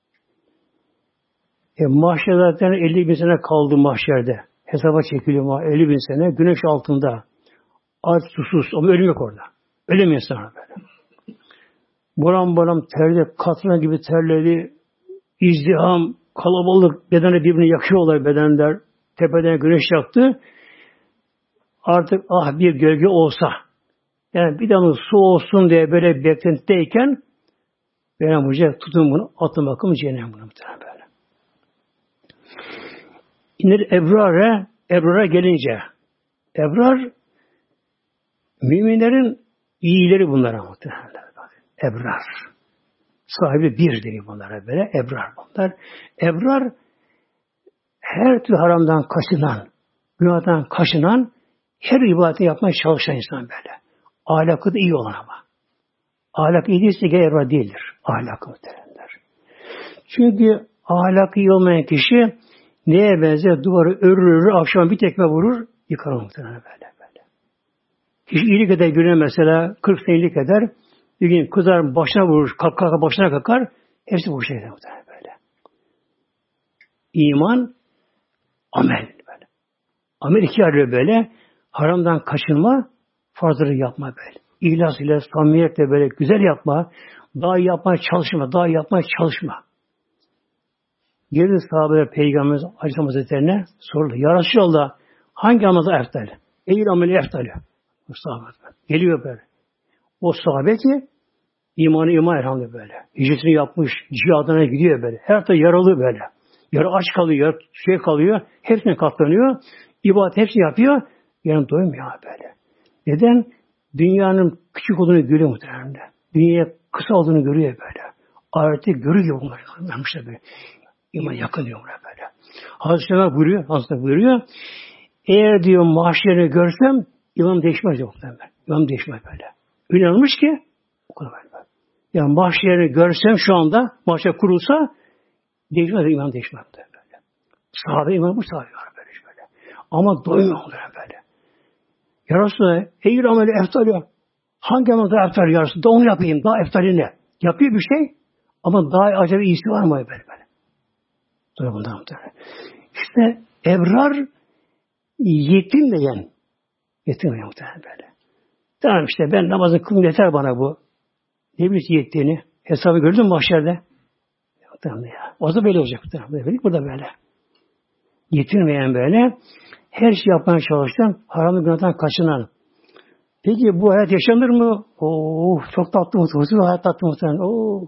E mahşer zaten elli bin sene kaldı mahşerde. Hesaba çekiliyor elli bin sene. Güneş altında. Aç susuz. Ama ölüm yok orada. Ölüm sana böyle. Buram buram terli, katran gibi terledi. İzdiham, kalabalık, bedene birbirini yakıyorlar bedenler. Tepeden güneş yaktı. Artık ah bir gölge olsa. Yani bir damla su olsun diye böyle beklentideyken benim hoca tutun bunu, atın bakım cehennem bunu muhtemelen böyle. İnir ebrare, ebrara gelince ebrar müminlerin iyileri bunlara muhtemelen. Ebrar. Sahibi bir dedi bunlara böyle. Ebrar bunlar. Ebrar her türlü haramdan kaçınan, günahdan kaçınan, her ibadeti yapmaya çalışan insan böyle. Ahlakı da iyi olan ama. Ahlak iyi değilse gene ebrar değildir. Ahlakı muhteremler. Çünkü ahlakı iyi olmayan kişi neye benzer? Duvarı örür örür, akşam bir tekme vurur, yıkar muhteremler böyle böyle. Kişi iyilik eder güne mesela, kırk senelik eder, bir gün kızar başına vurur, kalk kalk başına kakar, hepsi bu şeyler muhteremler böyle. iman, amel böyle. Amel iki ayrı böyle. Haramdan kaçınma, farzları yapma böyle. İhlas ile, samimiyetle böyle güzel yapma. Daha iyi yapmaya çalışma, daha iyi yapmaya çalışma. Geldi sahabeler Peygamberimiz Aleyhisselam Hazretleri'ne sordu. Ya Resulallah hangi amelde eftal? Eğil ameli eftal. Geliyor böyle. O sahabe ki imanı iman elhamdülillah böyle. Hicretini yapmış, cihadına gidiyor böyle. Her tarafı yaralı böyle. Yarı aç kalıyor, yarı şey kalıyor. Hepsine katlanıyor. İbadet hepsini yapıyor. Yani doymuyor böyle. Neden? Dünyanın küçük olduğunu görüyor muhtemelen. Dünyaya kısa olduğunu görüyor böyle. Ahireti görüyor bunlar. Böyle. İman yakın diyor böyle. Hazreti Ömer buyuruyor, Hazreti buyuruyor. Eğer diyor mahşeri görsem İmam değişmez diyor muhtemelen. İmam değişmez böyle. Öyle olmuş ki o kadar böyle. Yani mahşeri görsem şu anda mahşer kurulsa değişmez, imam değişmez böyle. Sahabe imam bu sahabe var böyle şöyle. Ama doymuyorlar böyle. Ya Resulallah eğer ameli eftal ya. Hangi amel daha eftal ya Resulallah? Da onu yapayım. Daha eftali ne? Yapıyor bir şey ama daha acaba iyisi var mı böyle böyle. Bundan böyle. İşte ebrar yetinmeyen yetinmeyen muhtemelen böyle. Tamam işte ben namazı kılım yeter bana bu. Ne bileyim yettiğini. Hesabı gördün mü mahşerde? Muhtemelen ya. O da böyle olacak. Muhtemelen. Burada böyle. Yetinmeyen böyle. Her şey yapmaya çalışan, haramlı günahdan kaçınan. Peki bu hayat yaşanır mı? Oh, çok tatlı muhtemelen. Hayat tatlı muhtemelen. Oh.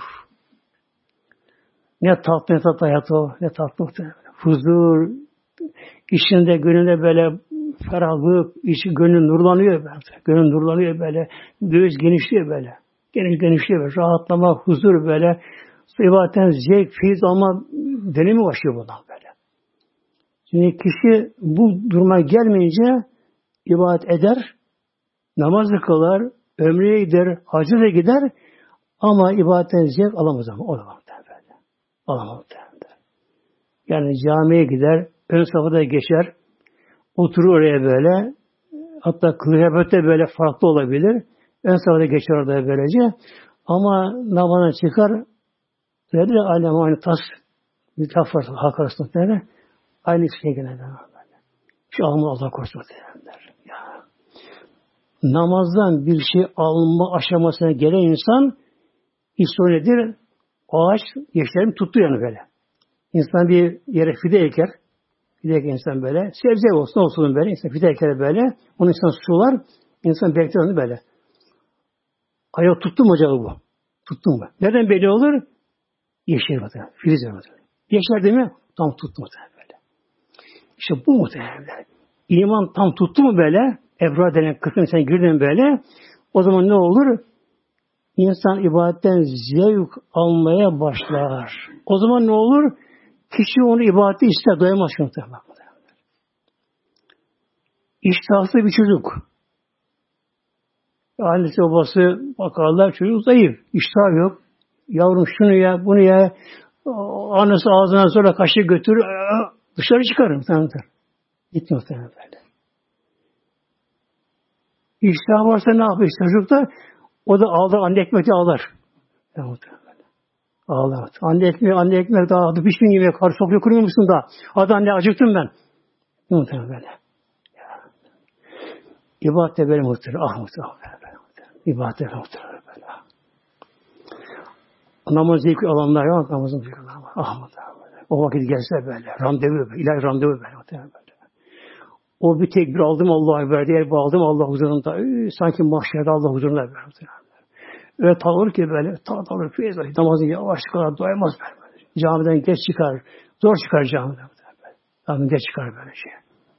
Ne tatlı ne tatlı hayat o. Ne tatlı muhtemelen. Huzur, içinde gönlünde böyle ferahlık, içi gönlün nurlanıyor böyle. Gönlün nurlanıyor böyle. Göğüs genişliyor böyle. Geniş genişliyor böyle. Rahatlama, huzur böyle. İbadetten zevk, feyiz alma dönemi başlıyor bundan böyle. Şimdi kişi bu duruma gelmeyince ibadet eder, namazı kılar, ömreye gider, hacca da gider ama ibadetten zevk alamaz ama. O da var böyle. Alamaz böyle. Yani camiye gider, ön safhada geçer, oturur oraya böyle, hatta kıyafette böyle farklı olabilir, ön safhada geçer orada böylece, ama namazdan çıkar, dedi ya alem aynı tas, bir taf var halk arasında böyle, aynı şeye gene böyle. Şu alma Allah korusun der. Ya. Namazdan bir şey alma aşamasına gelen insan, işte o nedir? Ağaç yeşillerini tuttu yani böyle. İnsan bir yere fide eker, fide eker insan böyle, sebze olsun olsun böyle, insan fide eker böyle, onu insan sular, insan bekler onu böyle. Ayağı tuttu mu acaba bu? Tuttu mu? Nereden belli olur? Yeşil muhtemelen, filiz muhtemelen. Yeşil değil mi? Tam tuttu muhtemelen böyle. İşte bu muhtemelen. İman tam tuttu mu böyle, ebrar denen kırk insan girdin böyle, o zaman ne olur? İnsan ibadetten zevk almaya başlar. O zaman ne olur? Kişi onu ibadeti ister, doyamaz muhtemelen. İştahsız bir çocuk. Annesi babası bakarlar, çocuk zayıf. İştah yok. Yavrum şunu ya, bunu ya. Annesi ağzına zorla kaşığı götürür, dışarı çıkarır muhtemelen. Gitti muhtemelen böyle. İştah varsa ne yapıyor çocuk da? O da ağlar, anne ekmekte ağlar. Ağlar. Anne ekmek, anne ekmek daha adı pişmin gibi kar sofraya kuruyor musun da? Hadi anne acıktım ben. Muhtemelen böyle. İbadet de böyle muhtemelen. Ah muhtemelen böyle. İbadet de muhtemelen böyle. Namaz zevki alanlar var. Namazın zevki alanlar var. Ah muhtemelen böyle. O vakit gelse böyle. Randevu böyle. İlahi randevu böyle. Muhtemelen böyle. O bir tekbir aldım Allah'a verdi. Diğer bir aldım Allah huzurunda. Ee, sanki mahşerde Allah huzurunda verdi. Öyle tavır ki böyle. Tavır tavır. Feyiz var. Namazı yavaş çıkar. Doyamaz böyle. Camiden geç çıkar. Zor çıkar camiden. Camiden geç çıkar böyle şey.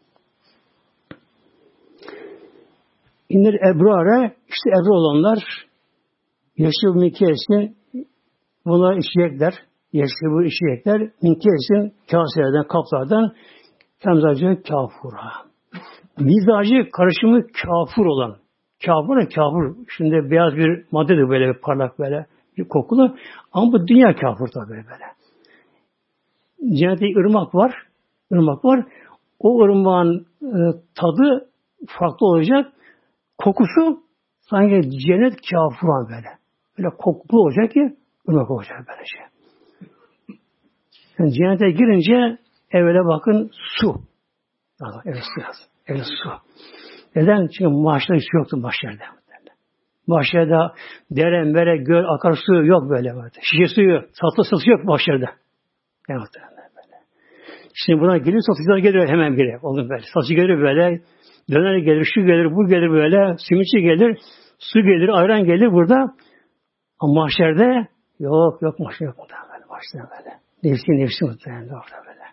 İndir ebrare, işte ebru olanlar yeşil minkesin bunlar içecekler. Yeşil bu içecekler. Minkesin kaselerden, kaplardan temzacı kafura. Mizacı karışımı kafur olan. Kafur ne kafur? Şimdi beyaz bir maddedir böyle bir parlak böyle bir kokulu. Ama bu dünya kafur da böyle böyle. Cennette ırmak var. Irmak var. O ırmağın e, tadı farklı olacak. Kokusu sanki cennet kafuran böyle. Böyle kokulu olacak ki ırmak olacak böyle şey. Yani cennete girince evvela bakın su. Evet su lazım. Evet su. Neden? Çünkü mahşerde su yoktu mahşerde. Mahşerde dere, mere, göl, akarsu yok böyle. Şişe suyu, tatlı suyu yok mahşerde. Yani böyle. Şimdi buna gelir, satıcılar gelir hemen biri. Olur böyle. Satıcı gelir böyle. Döner gelir, şu gelir, bu gelir böyle. Simitçi gelir, su gelir, ayran gelir burada. Ama mahşerde yok, yok mahşerde yok. Böyle, mahşerde böyle. Nefsi, nefsi muhtemelen orada böyle.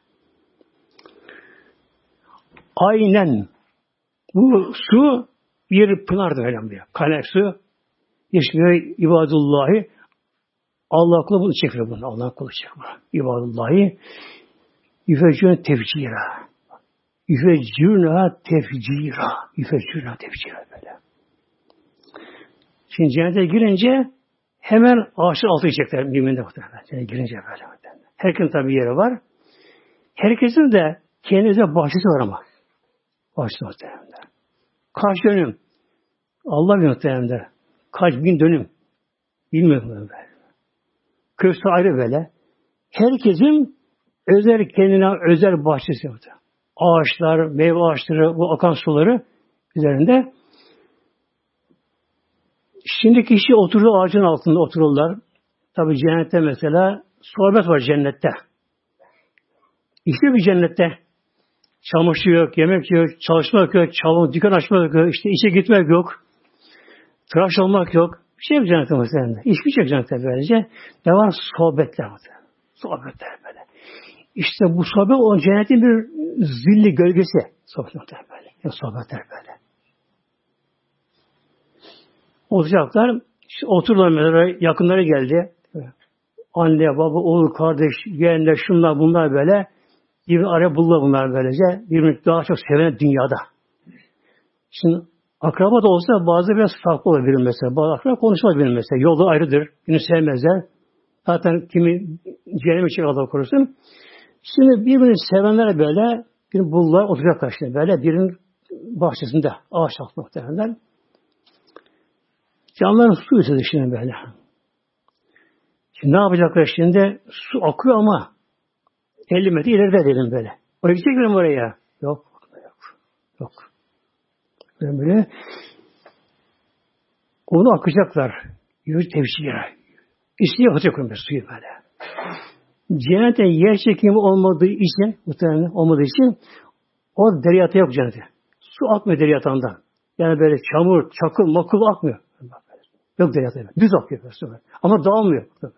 Aynen. Bu su bir pınardır öyle diyor. Kaynak su. Yaşmıyor ibadullahi. Allah kulu bunu çekiyor bunu. Allah kulu çekiyor. İbadullahi. Yüfecûne tefcira. Yüfecûne tefcira. Yüfecûne tefcira böyle. Şimdi cennete girince hemen ağaçlar altı yiyecekler müminde muhtemelen. Cennete girince böyle. Herkesin tabi yeri var. Herkesin de kendinize bahçesi var ama. Bahçesi muhtemelen. Kaç dönüm? Allah bilir muhtemelen. Kaç bin dönüm? Bilmiyorum böyle. Köşkü ayrı böyle. Herkesin özel kendine özel bahçesi var. Ağaçlar, meyve ağaçları, bu akan suları üzerinde. Şimdi kişi oturuyor ağacın altında otururlar. Tabi cennette mesela sohbet var cennette. İşte bir cennette çamaşır yok, yemek yok, çalışmak yok, çalmak, dükkan açmak yok, işte işe gitmek yok, tıraş olmak yok. Bir şey yok cennette mesela. Hiçbir şey yok cennette böylece. Ne var? Sohbetler var. Sohbetler böyle. İşte bu sohbet o cennetin bir zilli gölgesi. Sohbetler böyle. Yani sohbetler böyle. Oturacaklar. İşte otururlar mesela yakınları geldi. Anne, baba, oğul, kardeş, yeğenler, şunlar bunlar böyle. Birbirini araya bulurlar bunlar böylece. Birbirini daha çok seven dünyada. Şimdi akraba da olsa bazı biraz farklı olabilir mesela. Bazı akraba konuşmaz benim mesela. Yolda ayrıdır. Birini sevmezler. Zaten kimi cehennem için Allah korusun. Şimdi birbirini sevenler böyle birini bulurlar, oturacaklar şimdi böyle birinin bahçesinde, ağaç altında muhtemelen. Canların su istedi şimdi böyle. Şimdi ne yapacaklar şimdi? Su akıyor ama elli metre ileride dedim böyle. O gidecek mi oraya? Yok. Yok. Yok. Böyle, böyle. Onu akacaklar. Yüz tevşiye. İçine akacak böyle suyu böyle. Cennette yer çekimi olmadığı için, muhtemelen olmadığı için o deriyata yok cennette. Su akmıyor deriyatından. Yani böyle çamur, çakıl, makul akmıyor. Yok deriyata. Düz akıyor böyle su böyle. Ama dağılmıyor böyle.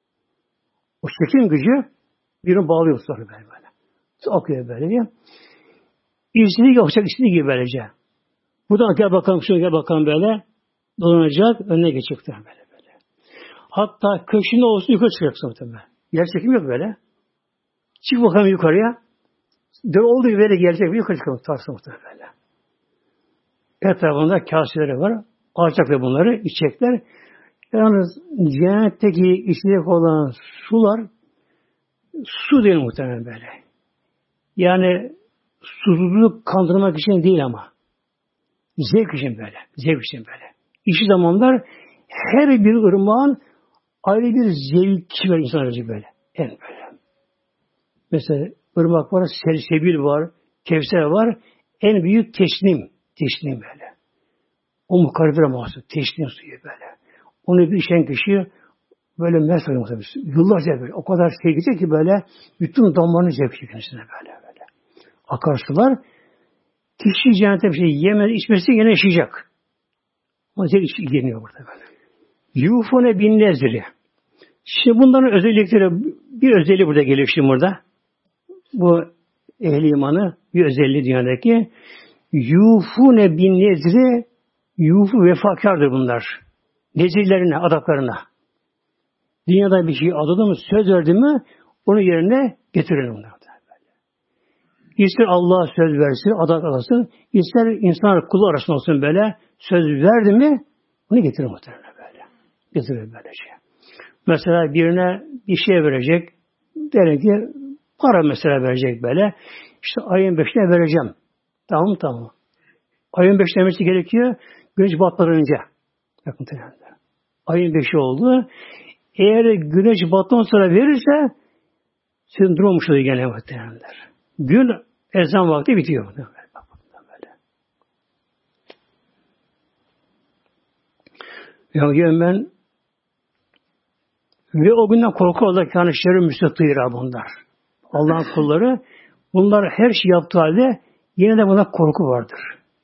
O çekim gücü birini bağlıyor sonra böyle böyle. Su akıyor böyle. İstediği gibi akacak, istediği gibi böylece. Buradan gel bakalım, şuna gel bakalım böyle. Dolanacak, önüne geçecekler böyle böyle. Hatta köşkünde olsun yukarı çıkacaksın muhtemelen. Yer çekim yok böyle. Çık bakalım yukarıya. Dön olduğu gibi böyle gelecek bir yukarı çıkalım. Tarsın muhtemelen böyle. Etrafında kaseleri var. Alacaklar bunları, içecekler. Yalnız cennetteki içecek olan sular su değil muhtemelen böyle. Yani susuzluğu kandırmak için değil ama. Zevk için böyle. Zevk için böyle. İşi zamanlar her bir ırmağın ayrı bir zevki var insan aracı böyle. En böyle. Mesela ırmak var, selsebil var, kevser var. En büyük teşnim. Teşnim böyle. O mukarribine mahsus. Teşnim suyu böyle. Onu bir içen kişi böyle mest oluyor tabii. Yıllarca böyle. O kadar şey gidecek ki böyle bütün damlarını zevk kendisine böyle böyle. Akarsular kişi cennette bir şey yemez, içmesi yine yaşayacak. Ama zevk ilgileniyor burada böyle. Yufune bin nezri. Şimdi bunların özellikleri, bir özelliği burada geliyor şimdi burada. Bu ehli imanı bir özelliği dünyadaki. Yufune bin nezri, yufu vefakardır bunlar. Nezirlerine, adaklarına. Dünyada bir şey adadı mı, söz verdi mi, onu yerine getirir bunlar. İster Allah söz versin, adak alasın, ister insan kulu arasında olsun böyle, söz verdi mi, onu getirir muhtemelen böyle. Getirir böyle şey. Mesela birine bir şey verecek, der ki, para mesela verecek böyle, işte ayın beşine vereceğim. Tamam tamam. Ayın beşine vermesi gerekiyor, güneş batmadan önce. Bakın muhtemelen. Ayın beşi oldu. Eğer güneş batmadan sonra verirse, Sizin durmamışsınız gene muhtemelenler. Gün ezan vakti bitiyor. Böyle. Ya ben ve o günden korkuyorlar ki yani şerri müstakıyra bunlar. Allah'ın kulları bunlar her şey yaptığı halde yine de buna korku vardır.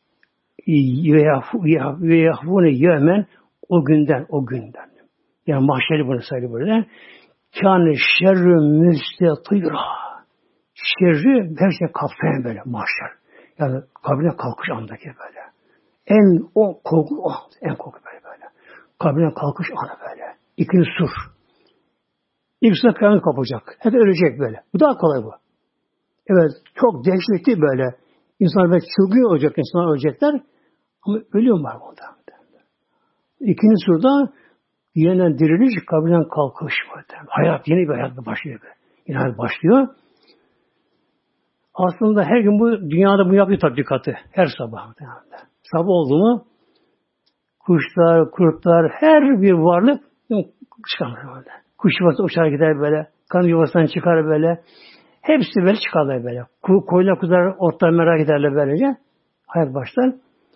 Ve yahvune yemen o günden o günden. Yani mahşeri bunu sayılır böyle. Kâne şerri müstakıyra. Şerri her şey kapsayan böyle mahşer. Yani kabrine kalkış andaki böyle. En o korku o en korku böyle böyle. Kabrine kalkış anı böyle. İkinci sur. İlk sınıf kıyamet kopacak. Hep ölecek böyle. Bu daha kolay bu. Evet, çok dehşetli böyle. İnsanlar böyle çılgın olacak, insanlar ölecekler. Ama ölüyor var burada. İkinci surda yeniden diriliş, kabrinden kalkış. Hayat, yeni bir hayat başlıyor. Yeni hayat başlıyor. Aslında her gün bu dünyada bu yapıyor tatbikatı. Her sabah. Sabah oldu mu kuşlar, kurtlar, her bir varlık çıkar böyle. Kuş yuvası uçar gider böyle. Kan yuvasından çıkar böyle. Hepsi böyle çıkarlar böyle. Koyunlar kuzular otlar merak ederler böylece. Hayat başlar.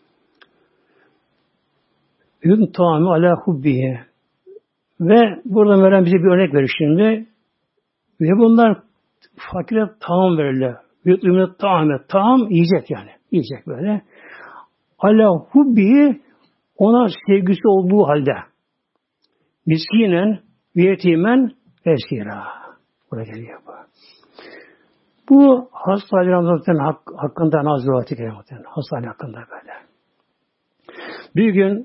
Yun ta'ami ala hubbihi. Ve burada Meryem bize bir örnek verir şimdi. Ve bunlar fakire taam verirler. Yut'limine ta'ame. Taam yiyecek yani. Yiyecek böyle. Ala hubbihi ona sevgisi olduğu halde. Miskinen ve yetimen esira. Buraya geliyor bu. Bu hastane Ramazan'ın hak, hakkında nazıvatı geliyor. Hastane hakkında böyle. Bir gün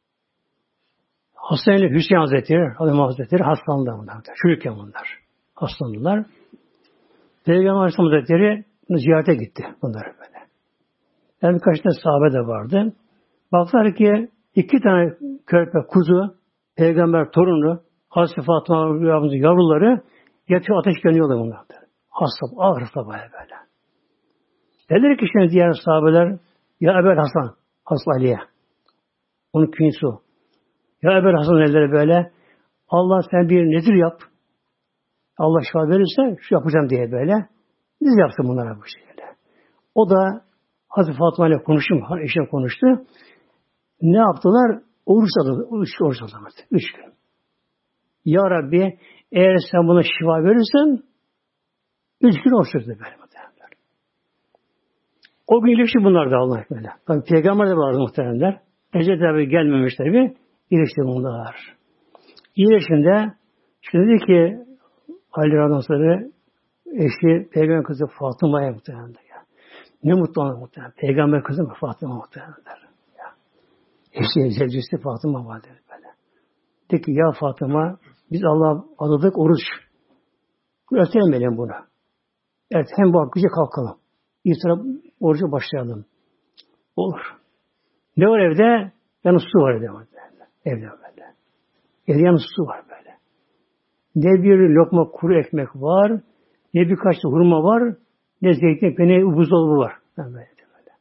hastane Hüseyin Hazretleri, Adem Hazretleri hastalandı bunlar. Çocukken bunlar. Hastalandılar. Peygamber Aleyhisselam Hazretleri ziyarete gitti bunlar böyle. Yani birkaç tane sahabe de vardı. Baktılar ki iki tane körpe kuzu, peygamber torunu, Hazreti Fatıma yavruları yatıyor ateş yanıyorlar bunlar. Hasta, ağır hasta böyle böyle. Dediler ki şimdi diğer sahabeler, ya Ebel Hasan, Hazreti Ali'ye. Onun künyesi o. Ya Ebel Hasan elleri böyle, Allah sen bir nedir yap. Allah şifa verirse şu yapacağım diye böyle. Biz yaptı bunlara bu şekilde. O da Hazreti Fatıma ile konuştu, eşine konuştu. Ne yaptılar? Oruç aldı. Üç oruç aldı. Üç gün. Ya Rabbi eğer sen buna şifa verirsen üç gün oruç tuttu böyle. O gün iyileşti bunlar da Allah böyle. Tabii peygamber de vardı muhtemelenler. Ecel tabi gelmemiş tabi. İyileşti bunlar. İyileşinde şimdi dedi ki Ali Radyansları eşi peygamber kızı Fatıma'ya muhtemelenler. Ya. Ne mutlu ona muhtemelen. Peygamber kızı mı Fatıma muhtemelenler. Eşi zevcesi Fatıma vardı böyle. Dedi ki ya Fatıma biz Allah'a adadık oruç. Ötemeyelim buna. Evet hem bu gece kalkalım. İftira oruca başlayalım. Olur. Ne var evde? Yanı su var evde. Evde böyle. Evde yanı su var böyle. Ne bir lokma kuru ekmek var, ne birkaç da hurma var, ne zeytin, ne buzdolabı var. Böyle, böyle.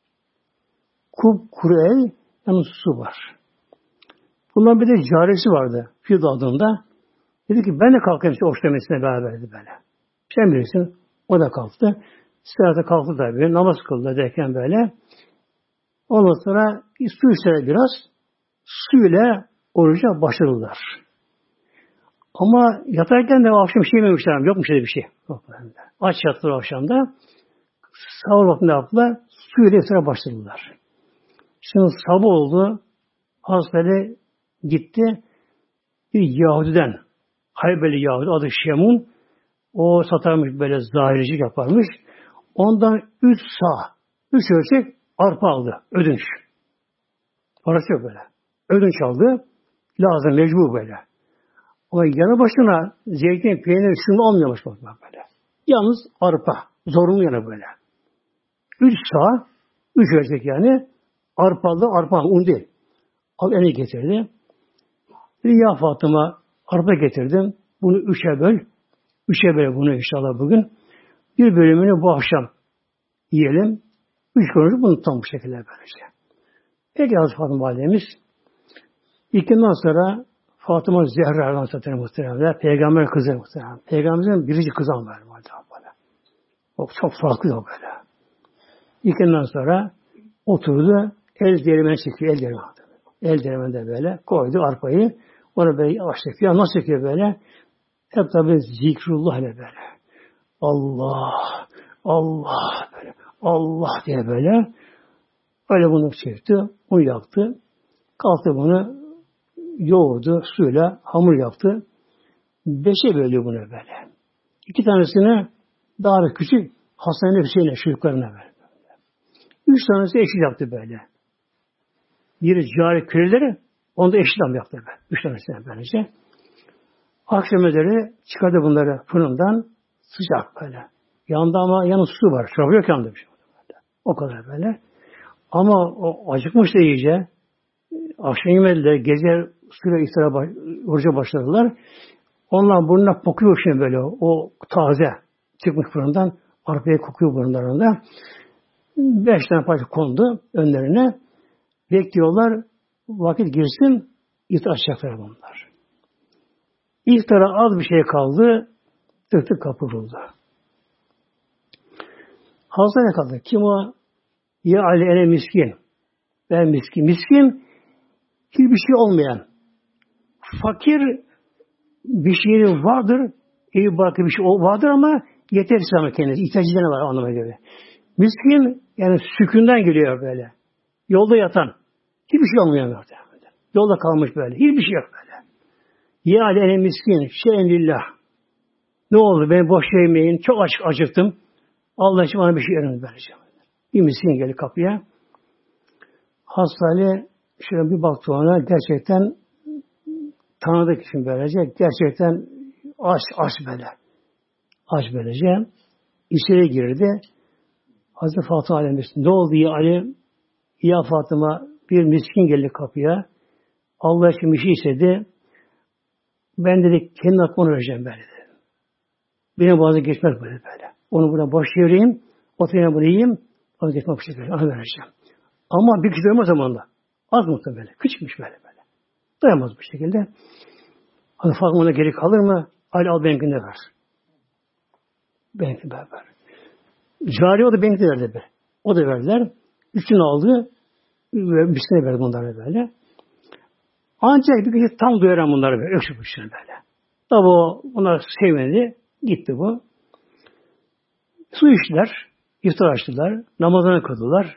Kup kuru ev, yanı su var. Bundan bir de carisi vardı. Fiyat adında. Dedi ki ben de kalkayım işte oruç demesine beraber dedi böyle. Sen bilirsin. O da kalktı. Sırada kalktı tabii. Namaz kıldı derken böyle. Ondan sonra su içtiler biraz. Suyla oruca başladılar. Ama yatarken de akşam şey yememişler. Yokmuş öyle bir şey. Aç yattılar akşamda. Sahur vaktinde yaptılar. Suyla iftara başladılar. Şimdi sabah oldu. Hastane gitti. Bir Yahudi'den Haybeli Yahudi adı Şemun o satarmış böyle zahiricilik yaparmış. Ondan üç sağ, üç ölçek arpa aldı. Ödünç. Parası yok böyle. Ödünç aldı. Lazım, mecbur böyle. Ama yanı başına zeytin, peynir, şunu almıyormuş bak böyle. Yalnız arpa. Zorunlu yanı böyle. Üç sağ, üç ölçek yani. Arpalı, arpa, un değil. Al eli getirdi. Dedi ya Fatıma arpa getirdim. Bunu üçe böl. Üçe böl bunu inşallah bugün. Bir bölümünü bu akşam yiyelim. Üç gün bunu tam bu şekilde böylece. Peki Hazreti Fatıma Validemiz ikinden sonra Fatıma Zehra'dan zaten muhtemelen. Peygamber kızı muhtemelen. Peygamberimizin biricik kızı ama böyle. O çok farklı o böyle. İlkinden sonra oturdu. El değirmeni çekiyor. El değirmeni. El değirmeninde böyle koydu arpayı. Onu böyle yavaş çekiyor. Nasıl çekiyor böyle? Hep tabi zikrullah ile böyle. Allah, Allah böyle. Allah diye böyle. Öyle bunu çekti. Onu yaktı. Kalktı bunu yoğurdu. Suyla hamur yaptı. Beşe böldü bunu böyle. İki tanesini daha da küçük Hasan'la Hüseyin'le çocuklarına böyle. Üç tanesi eşit yaptı böyle. Biri cari küreleri, onu da eşit yaptı böyle. Üç tanesine böylece. Akşam üzeri çıkardı bunları fırından sıcak böyle. Yanında ama yanı su var. Çorba yok yanında bir şey. O kadar böyle. Ama o acıkmış da iyice. Akşam yemediler. Gece suyla iftara baş, oruca başladılar. Onlar burnuna kokuyor şimdi böyle. O taze çıkmış fırından. Arpaya kokuyor burnlarında. Beş tane parça kondu önlerine. Bekliyorlar. Vakit girsin. İftar açacaklar bunlar. İftara az bir şey kaldı. Tık tık kapı vuruldu. Hazda ne kaldı? Kim o? Ya Ali ene miskin. Ben miskin. Miskin hiçbir şey olmayan. Fakir bir şeyin vardır. İyi barkı bir şey vardır ama yetersiz ama kendisi. İhtiyacı ne var anlamına göre. Miskin yani sükûnden geliyor böyle. Yolda yatan. Hiçbir şey olmuyor böyle. Yolda kalmış böyle. Hiçbir şey yok böyle. Ya Ali ene miskin. Şeyen lillah. Ne oldu? Ben boş yemeyin. Çok aç, acıktım. Allah için bana bir şey verin böylece. Bir miskin geldi kapıya. Hastane şöyle bir baktı ona. Gerçekten tanıdık için böylece. Gerçekten aç, aç böyle. Aç böylece. İçeri girdi. Hazreti Fatıma Aleyhisselam ne oldu ya Ali? Ya Fatıma bir miskin geldi kapıya. Allah için bir şey istedi. Ben dedi kendi aklıma vereceğim böyle dedi. Benim boğazı geçmez böyle böyle. Onu buna boş çevireyim. Oturayım bunu yiyeyim. Onu geçmek bir şey böyle. Onu vereceğim. Ama bir kişi doyamaz zamanında. Az mutlu böyle. Küçükmüş böyle böyle. Doyamaz bu şekilde. Hani Fatıma'da geri kalır mı? Ali al benimkini de ver. Benimkini ver. Cari o da benimkini verdi be. O da verdiler. Üçünü aldı. Ve birisine verdi bunları böyle. Ancak bir kişi tam doyaran bunları böyle. Öksüp uçuşunu böyle. Tabi o onlar sevmedi. Gitti bu. Su içtiler. İftar açtılar. Namazını kıldılar.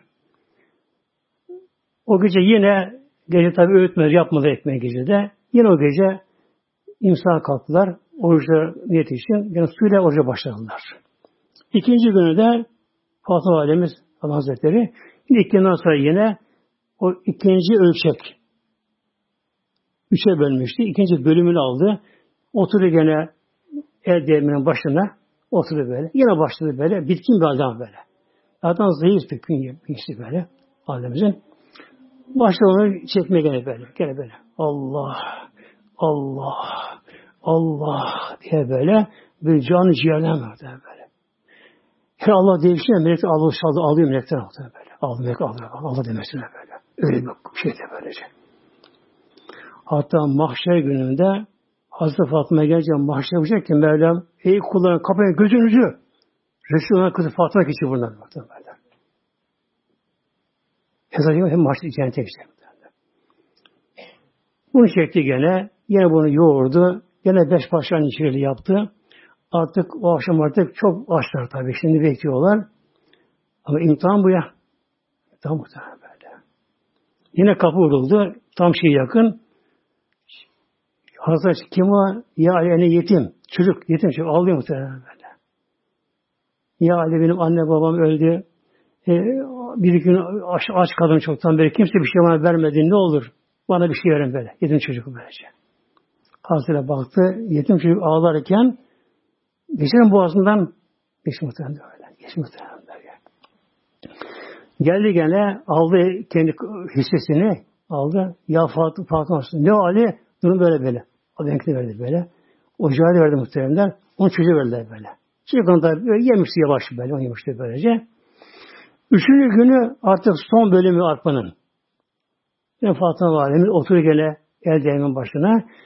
O gece yine gece tabi öğütmez yapmadı ekmeği gecede. Yine o gece imsaha kalktılar. Oruçla niyet için. Yine suyla oruca başladılar. İkinci günü de Fatıma Validemiz Allah Hazretleri yine ikinden sonra yine o ikinci ölçek üçe bölmüştü. İkinci bölümünü aldı. Oturdu gene el değirmenin başına. Oturdu böyle. Yine başladı böyle. Bitkin bir adam böyle. Zaten zayıf bir kişi böyle. Validemizin. Başladı onu çekmeye gene böyle. Gene böyle. Allah, Allah, Allah diye böyle. Bir canı ciğerden verdi böyle. Her Allah değişiyor. Melekler alıyor, alıyor, alıyor melekler alıyor böyle. Alıyor, melek alıyor. Allah demesine böyle. Öyle bir şey de böylece. Hatta mahşer gününde Hazreti Fatıma gelince mahşer yapacak ki Mevlam ey kullarım kapayın gözünüzü. Resulullah kızı Fatıma geçiyor bundan. Böyle. Hesabı hem mahşer cennete geçecek. Bunu çekti gene. Yine bunu yoğurdu. Gene beş parçanın içeri yaptı. Artık o akşam artık çok açlar tabii. Şimdi bekliyorlar. Ama imtihan bu ya. Tam muhtemelen böyle. Yine kapı vuruldu. Tam şey yakın. Hazreti kim o? Ya Ali yani yetim. Çocuk yetim. Çocuk ağlıyor muhtemelen böyle. Ya Ali benim anne babam öldü. E, bir gün aç, aç kaldım çoktan beri. Kimse bir şey bana vermedi. Ne olur? Bana bir şey verin böyle. Yetim çocuk böylece. Hazreti baktı. Yetim çocuk ağlarken geçelim boğazından geçti muhtemelen öyle. Geçti muhtemelen böyle. Geldi gene aldı kendi hissesini aldı. Ya Fatıma Fatıma ne o Ali? Durum böyle böyle. O benimkini verdi böyle. Ocağı da verdi muhteremler. Onu çocuğa verdiler böyle. Çocuk onu da yemişti yavaş böyle. Onu yemişti böylece. Üçüncü günü artık son bölümü arpanın. Yani Fatıma Validemiz oturuyor gene el değirmenin başına.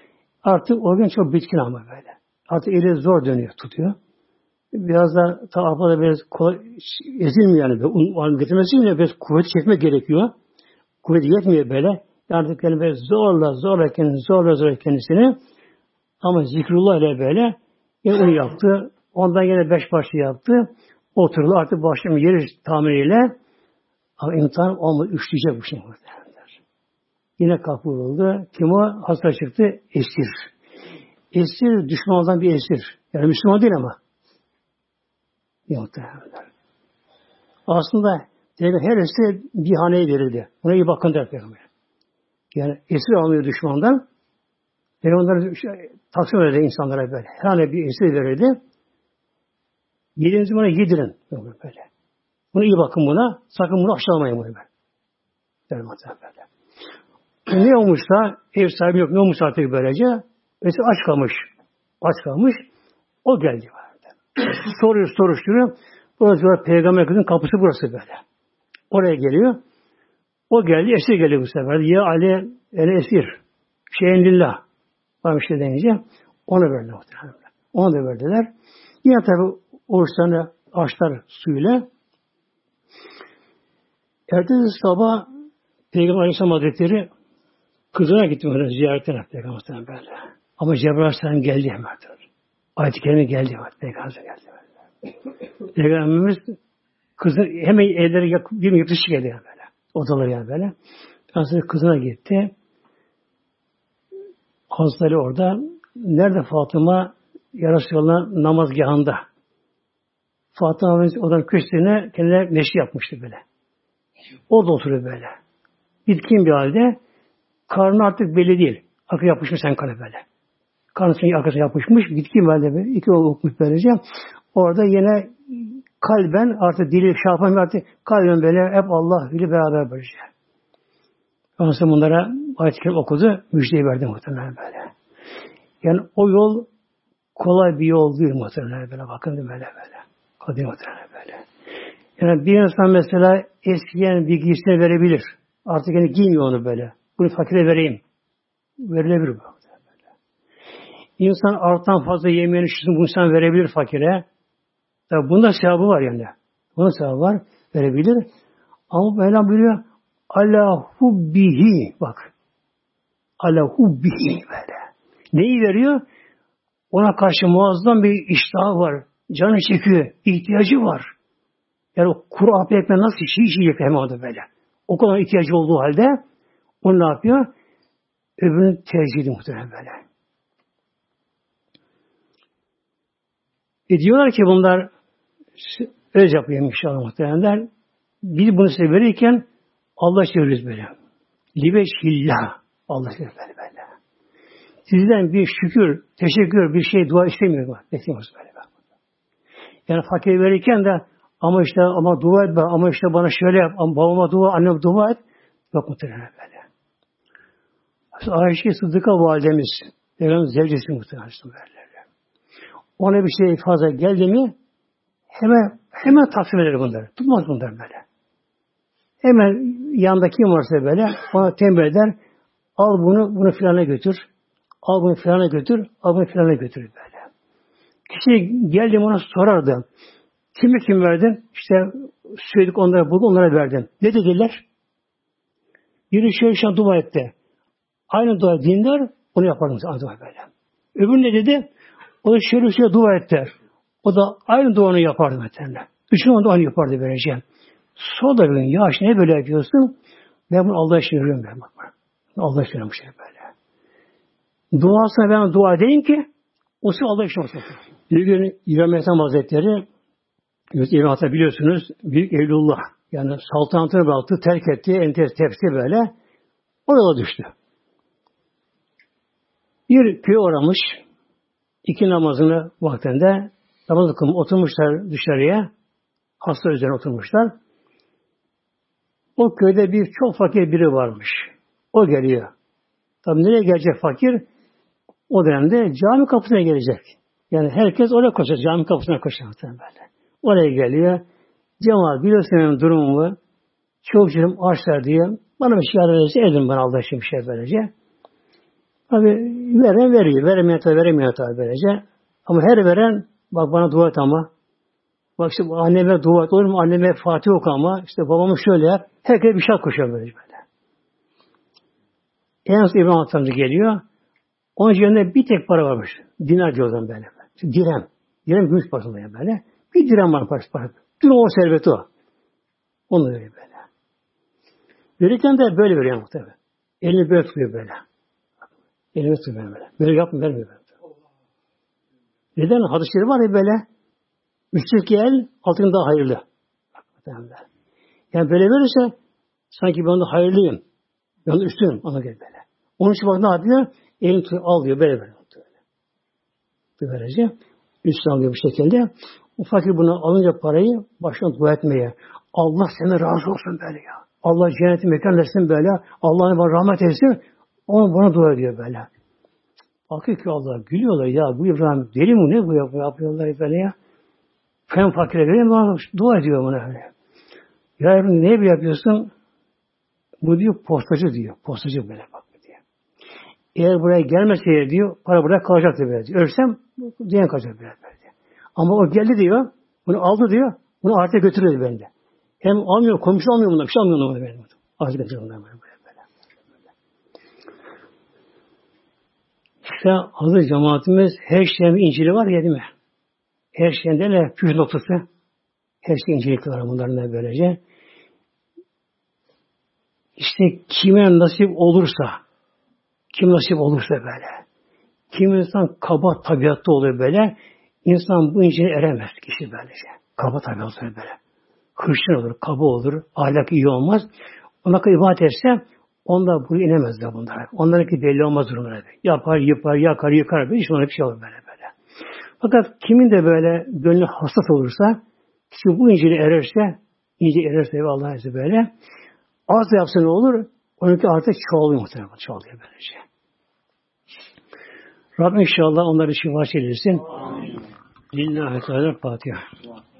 Artık organ çok bitkin ama böyle. Artık eli zor dönüyor, tutuyor. Biraz da ta arpada biraz kolay, ezilmiyor yani. Un getirmesi için biraz kuvvet çekmek gerekiyor. Kuvvet yetmiyor böyle. Artık yani böyle zorla zorla kendisini, zorla zorla kendisini ama zikrullah ile böyle yani onu yaptı. Ondan yine beş parça yaptı. Oturdu artık başlamış yeri tamiriyle ama imtihan olmadı. Üçleyecek bu şey. Yine kapı vuruldu. Kim o? Hasta çıktı. Esir. Esir düşmandan bir esir. Yani Müslüman değil ama. Yok muhtemelen. Aslında her esir bir haneye verildi. Buna iyi bakın der Peygamber. Yani esir almıyor düşmandan. Peygamber taksim eder insanlara böyle. Her hane bir esir verildi. Yediğinizi buna yedirin. Böyle. Buna iyi bakın buna. Sakın bunu aşağılamayın bunu böyle. Der muhtemelen. Ne olmuşsa ev sahibi yok. Ne olmuş artık böylece? Mesela aç kalmış. Aç kalmış. O geldi. Soruyor, soruşturuyor. Burası böyle Peygamber kızın kapısı burası böyle. Oraya geliyor. O geldi. Esir geliyor bu sefer. Ya Ali el esir. Şeyin lillah. Var bir şey deyince onu verdiler. Onu da verdiler. Yine tabi oruçlarını açtılar suyla. Ertesi sabah Peygamber Aleyhisselam Hazretleri kızına gitti böyle ziyaretine Peygamber'den böyle. Ama Cebrail Aleyhisselam geldi hemen. Ayet-i Kerime geldi. Peygamber geldi. Peygamberimiz kızı hemen elleri yak, bir yapışık geldi yani böyle. Odaları yani böyle. Aslında kızına gitti. Hazretleri orada. Nerede Fatıma? Ya Resulallah namazgahında. Fatıma odanın köşesine kendine meşri yapmıştı böyle. Orada oturuyor böyle. Bitkin bir halde. Karnı artık belli değil. Akı yapışmış sen kanı böyle. Karnısının arkasına yapışmış. Bitkin bir halde böyle. İki yol okumuş böylece. Orada yine kalben artık dili şey yapamıyor artık. Kalben böyle hep Allah ile beraber böylece. Ondan bunlara ayet-i kerime okudu. Müjdeyi verdi muhtemelen böyle. Yani o yol kolay bir yol değil muhtemelen böyle. Bakın böyle böyle. Kolay muhtemelen böyle. Yani bir insan mesela eskiyen bir giysine verebilir. Artık yani giymiyor onu böyle. Bunu fakire vereyim. Verilebilir bu. Böyle. İnsan arttan fazla yemeğini şusunu bunu sen verebilir fakire. Tabi bunda sevabı var yani. Bunda sevabı var. Verebilir. Ama Mevlam buyuruyor ala hubbihi bak. Ala hubbihi böyle. Neyi veriyor? Ona karşı muazzam bir iştahı var. Canı çekiyor. İhtiyacı var. Yani o kuru apı ekmeği nasıl şiş yiyecek hem orada böyle. O kadar ihtiyacı olduğu halde onu ne yapıyor? Öbürünü tercih ediyor muhtemelen böyle. E diyorlar ki bunlar öz yapıyor inşallah muhtemelen. Biz bunu size verirken Allah söylüyoruz böyle. Liveçhillah. Allah söylüyor böyle böyle. Sizden bir şükür, teşekkür, bir şey dua istemiyor. Bekliyoruz böyle. Yani fakir verirken de ama işte ama dua et, ama işte bana şöyle yap, ama babama dua, anneme dua et. Yok muhtemelen böyle. Ayşe Sıddıka validemiz, Peygamber'in zevcesi muhtemelen böyle. Ona bir şey fazla geldi mi hemen hemen taksim eder bunları. Tutmaz bunlar böyle. Hemen yanında kim varsa böyle ona tembih eder. Al bunu, bunu filana götür. Al bunu filana götür. Al bunu filana götür böyle. Kişi geldi ona sorardı. Kime kim verdin? İşte söyledik onlara, buldu onlara verdim. Ne dediler? Biri şöyle şöyle dua etti. Aynı dua dindar, onu yapardım aynı dua böyle. Öbürü ne dedi? O da şöyle şöyle dua etti. O da aynı duanı yapardı mesela. Üçüncü onu da aynı yapardı böylece. Sonra da ya işte ne böyle yapıyorsun? Ben bunu Allah'a için veriyorum ben. Bak. Allah'a için veriyorum şey böyle. Duasına ben dua edeyim ki o size Allah'a için olsun. Bir gün İbrahim Aleyhisselam Hazretleri İbrahim Hatta biliyorsunuz Büyük Evlullah yani saltanatını bıraktı, terk etti, entes tepsi böyle orada düştü. Bir köy uğramış iki namazını vaktinde namaz kılmış, oturmuşlar dışarıya hasta üzerine oturmuşlar. O köyde bir çok fakir biri varmış. O geliyor. Tabii nereye gelecek fakir? O dönemde cami kapısına gelecek. Yani herkes oraya koşacak. Cami kapısına koşacak. Böyle. Oraya geliyor. Cemal biliyorsun durumumu. Çok canım açlar diye. Bana bir şey yardım ederse edin bana Allah için bir şey böylece. Tabi veren veriyor. Veremeyen tabi veremiyor tabi böylece. Ama her veren bak bana dua et ama. Bak işte anneme dua et olur mu? Anneme Fatih oku ama. İşte babamı şöyle yap. Herkes bir şey koşuyor böyle böyle. En son İbrahim Aleyhisselam geliyor. Onun cebinde bir tek para varmış. Dinar diyorlar böyle. İşte dirhem. Dirhem gümüş parası böyle. Bir dirhem var parası. parası. Dün o serveti o. Onu veriyor böyle. Verirken de böyle veriyor muhtemelen. Elini böyle tutuyor böyle. Elini tutuyor böyle. Böyle yapmıyor, vermiyor böyle. Neden? Hadisleri var ya böyle. Üstteki el altın daha hayırlı. Yani böyle verirse sanki ben de hayırlıyım. Ben de üstünüm. Ona göre böyle. Onun için bak ne yapıyor? Elini tutuyor, alıyor böyle böyle. Böylece üstüne alıyor bu şekilde. O fakir bunu alınca parayı baştan dua etmeye. Allah senden razı olsun böyle ya. Allah cenneti mekan versin böyle. Allah'ın bana rahmet etsin. Ona bana dua ediyor böyle. Bakıyor ki Allah gülüyorlar ya. Bu İbrahim deli mi ne bu ya? Bu yapıyorlar böyle ya. Fen fakire vereyim bana dua ediyor bana öyle. Ya Ebru ne bir yapıyorsun? Bu diyor postacı diyor. Postacı böyle bak diyor. Eğer buraya gelmeseydi diyor para buraya kalacaktı böyle diyor. Ölsem diyen kalacak böyle diyor. Ama o geldi diyor. Bunu aldı diyor. Bunu artık götürüyor bende. Hem almıyor, komşu almıyor bundan. Bir şey almıyor bundan böyle. Artık götürüyor bundan böyle. böyle. İşte hazır cemaatimiz her şeyin İncil'i var ya değil mi? Her şeyin de ne? Püf noktası. Her şeyin İncil'likleri var bunların da böylece. İşte kime nasip olursa, kim nasip olursa böyle, kim insan kaba tabiatlı oluyor böyle, insan bu İncil'e eremez kişi böylece. Kaba tabiatlı oluyor böyle. Hırçın olur, kaba olur, ahlak iyi olmaz. Ona kadar ibadet etse, onlar buraya inemezler bunlar. Onlarınki belli olmaz durumları. Yapar, yıpar, yakar, yıkar. Hiç ona bir şey olur böyle böyle. Fakat kimin de böyle gönlü hassas olursa, kişi bu İncil'e ererse, İncil'e ererse Allah'a izniyle böyle, az da yapsa ne olur? Onunki artık çoğalıyor muhtemelen. Çoğalıyor böylece. Rabbim inşallah onları şifa çevirsin. Lillahi Teala Fatiha.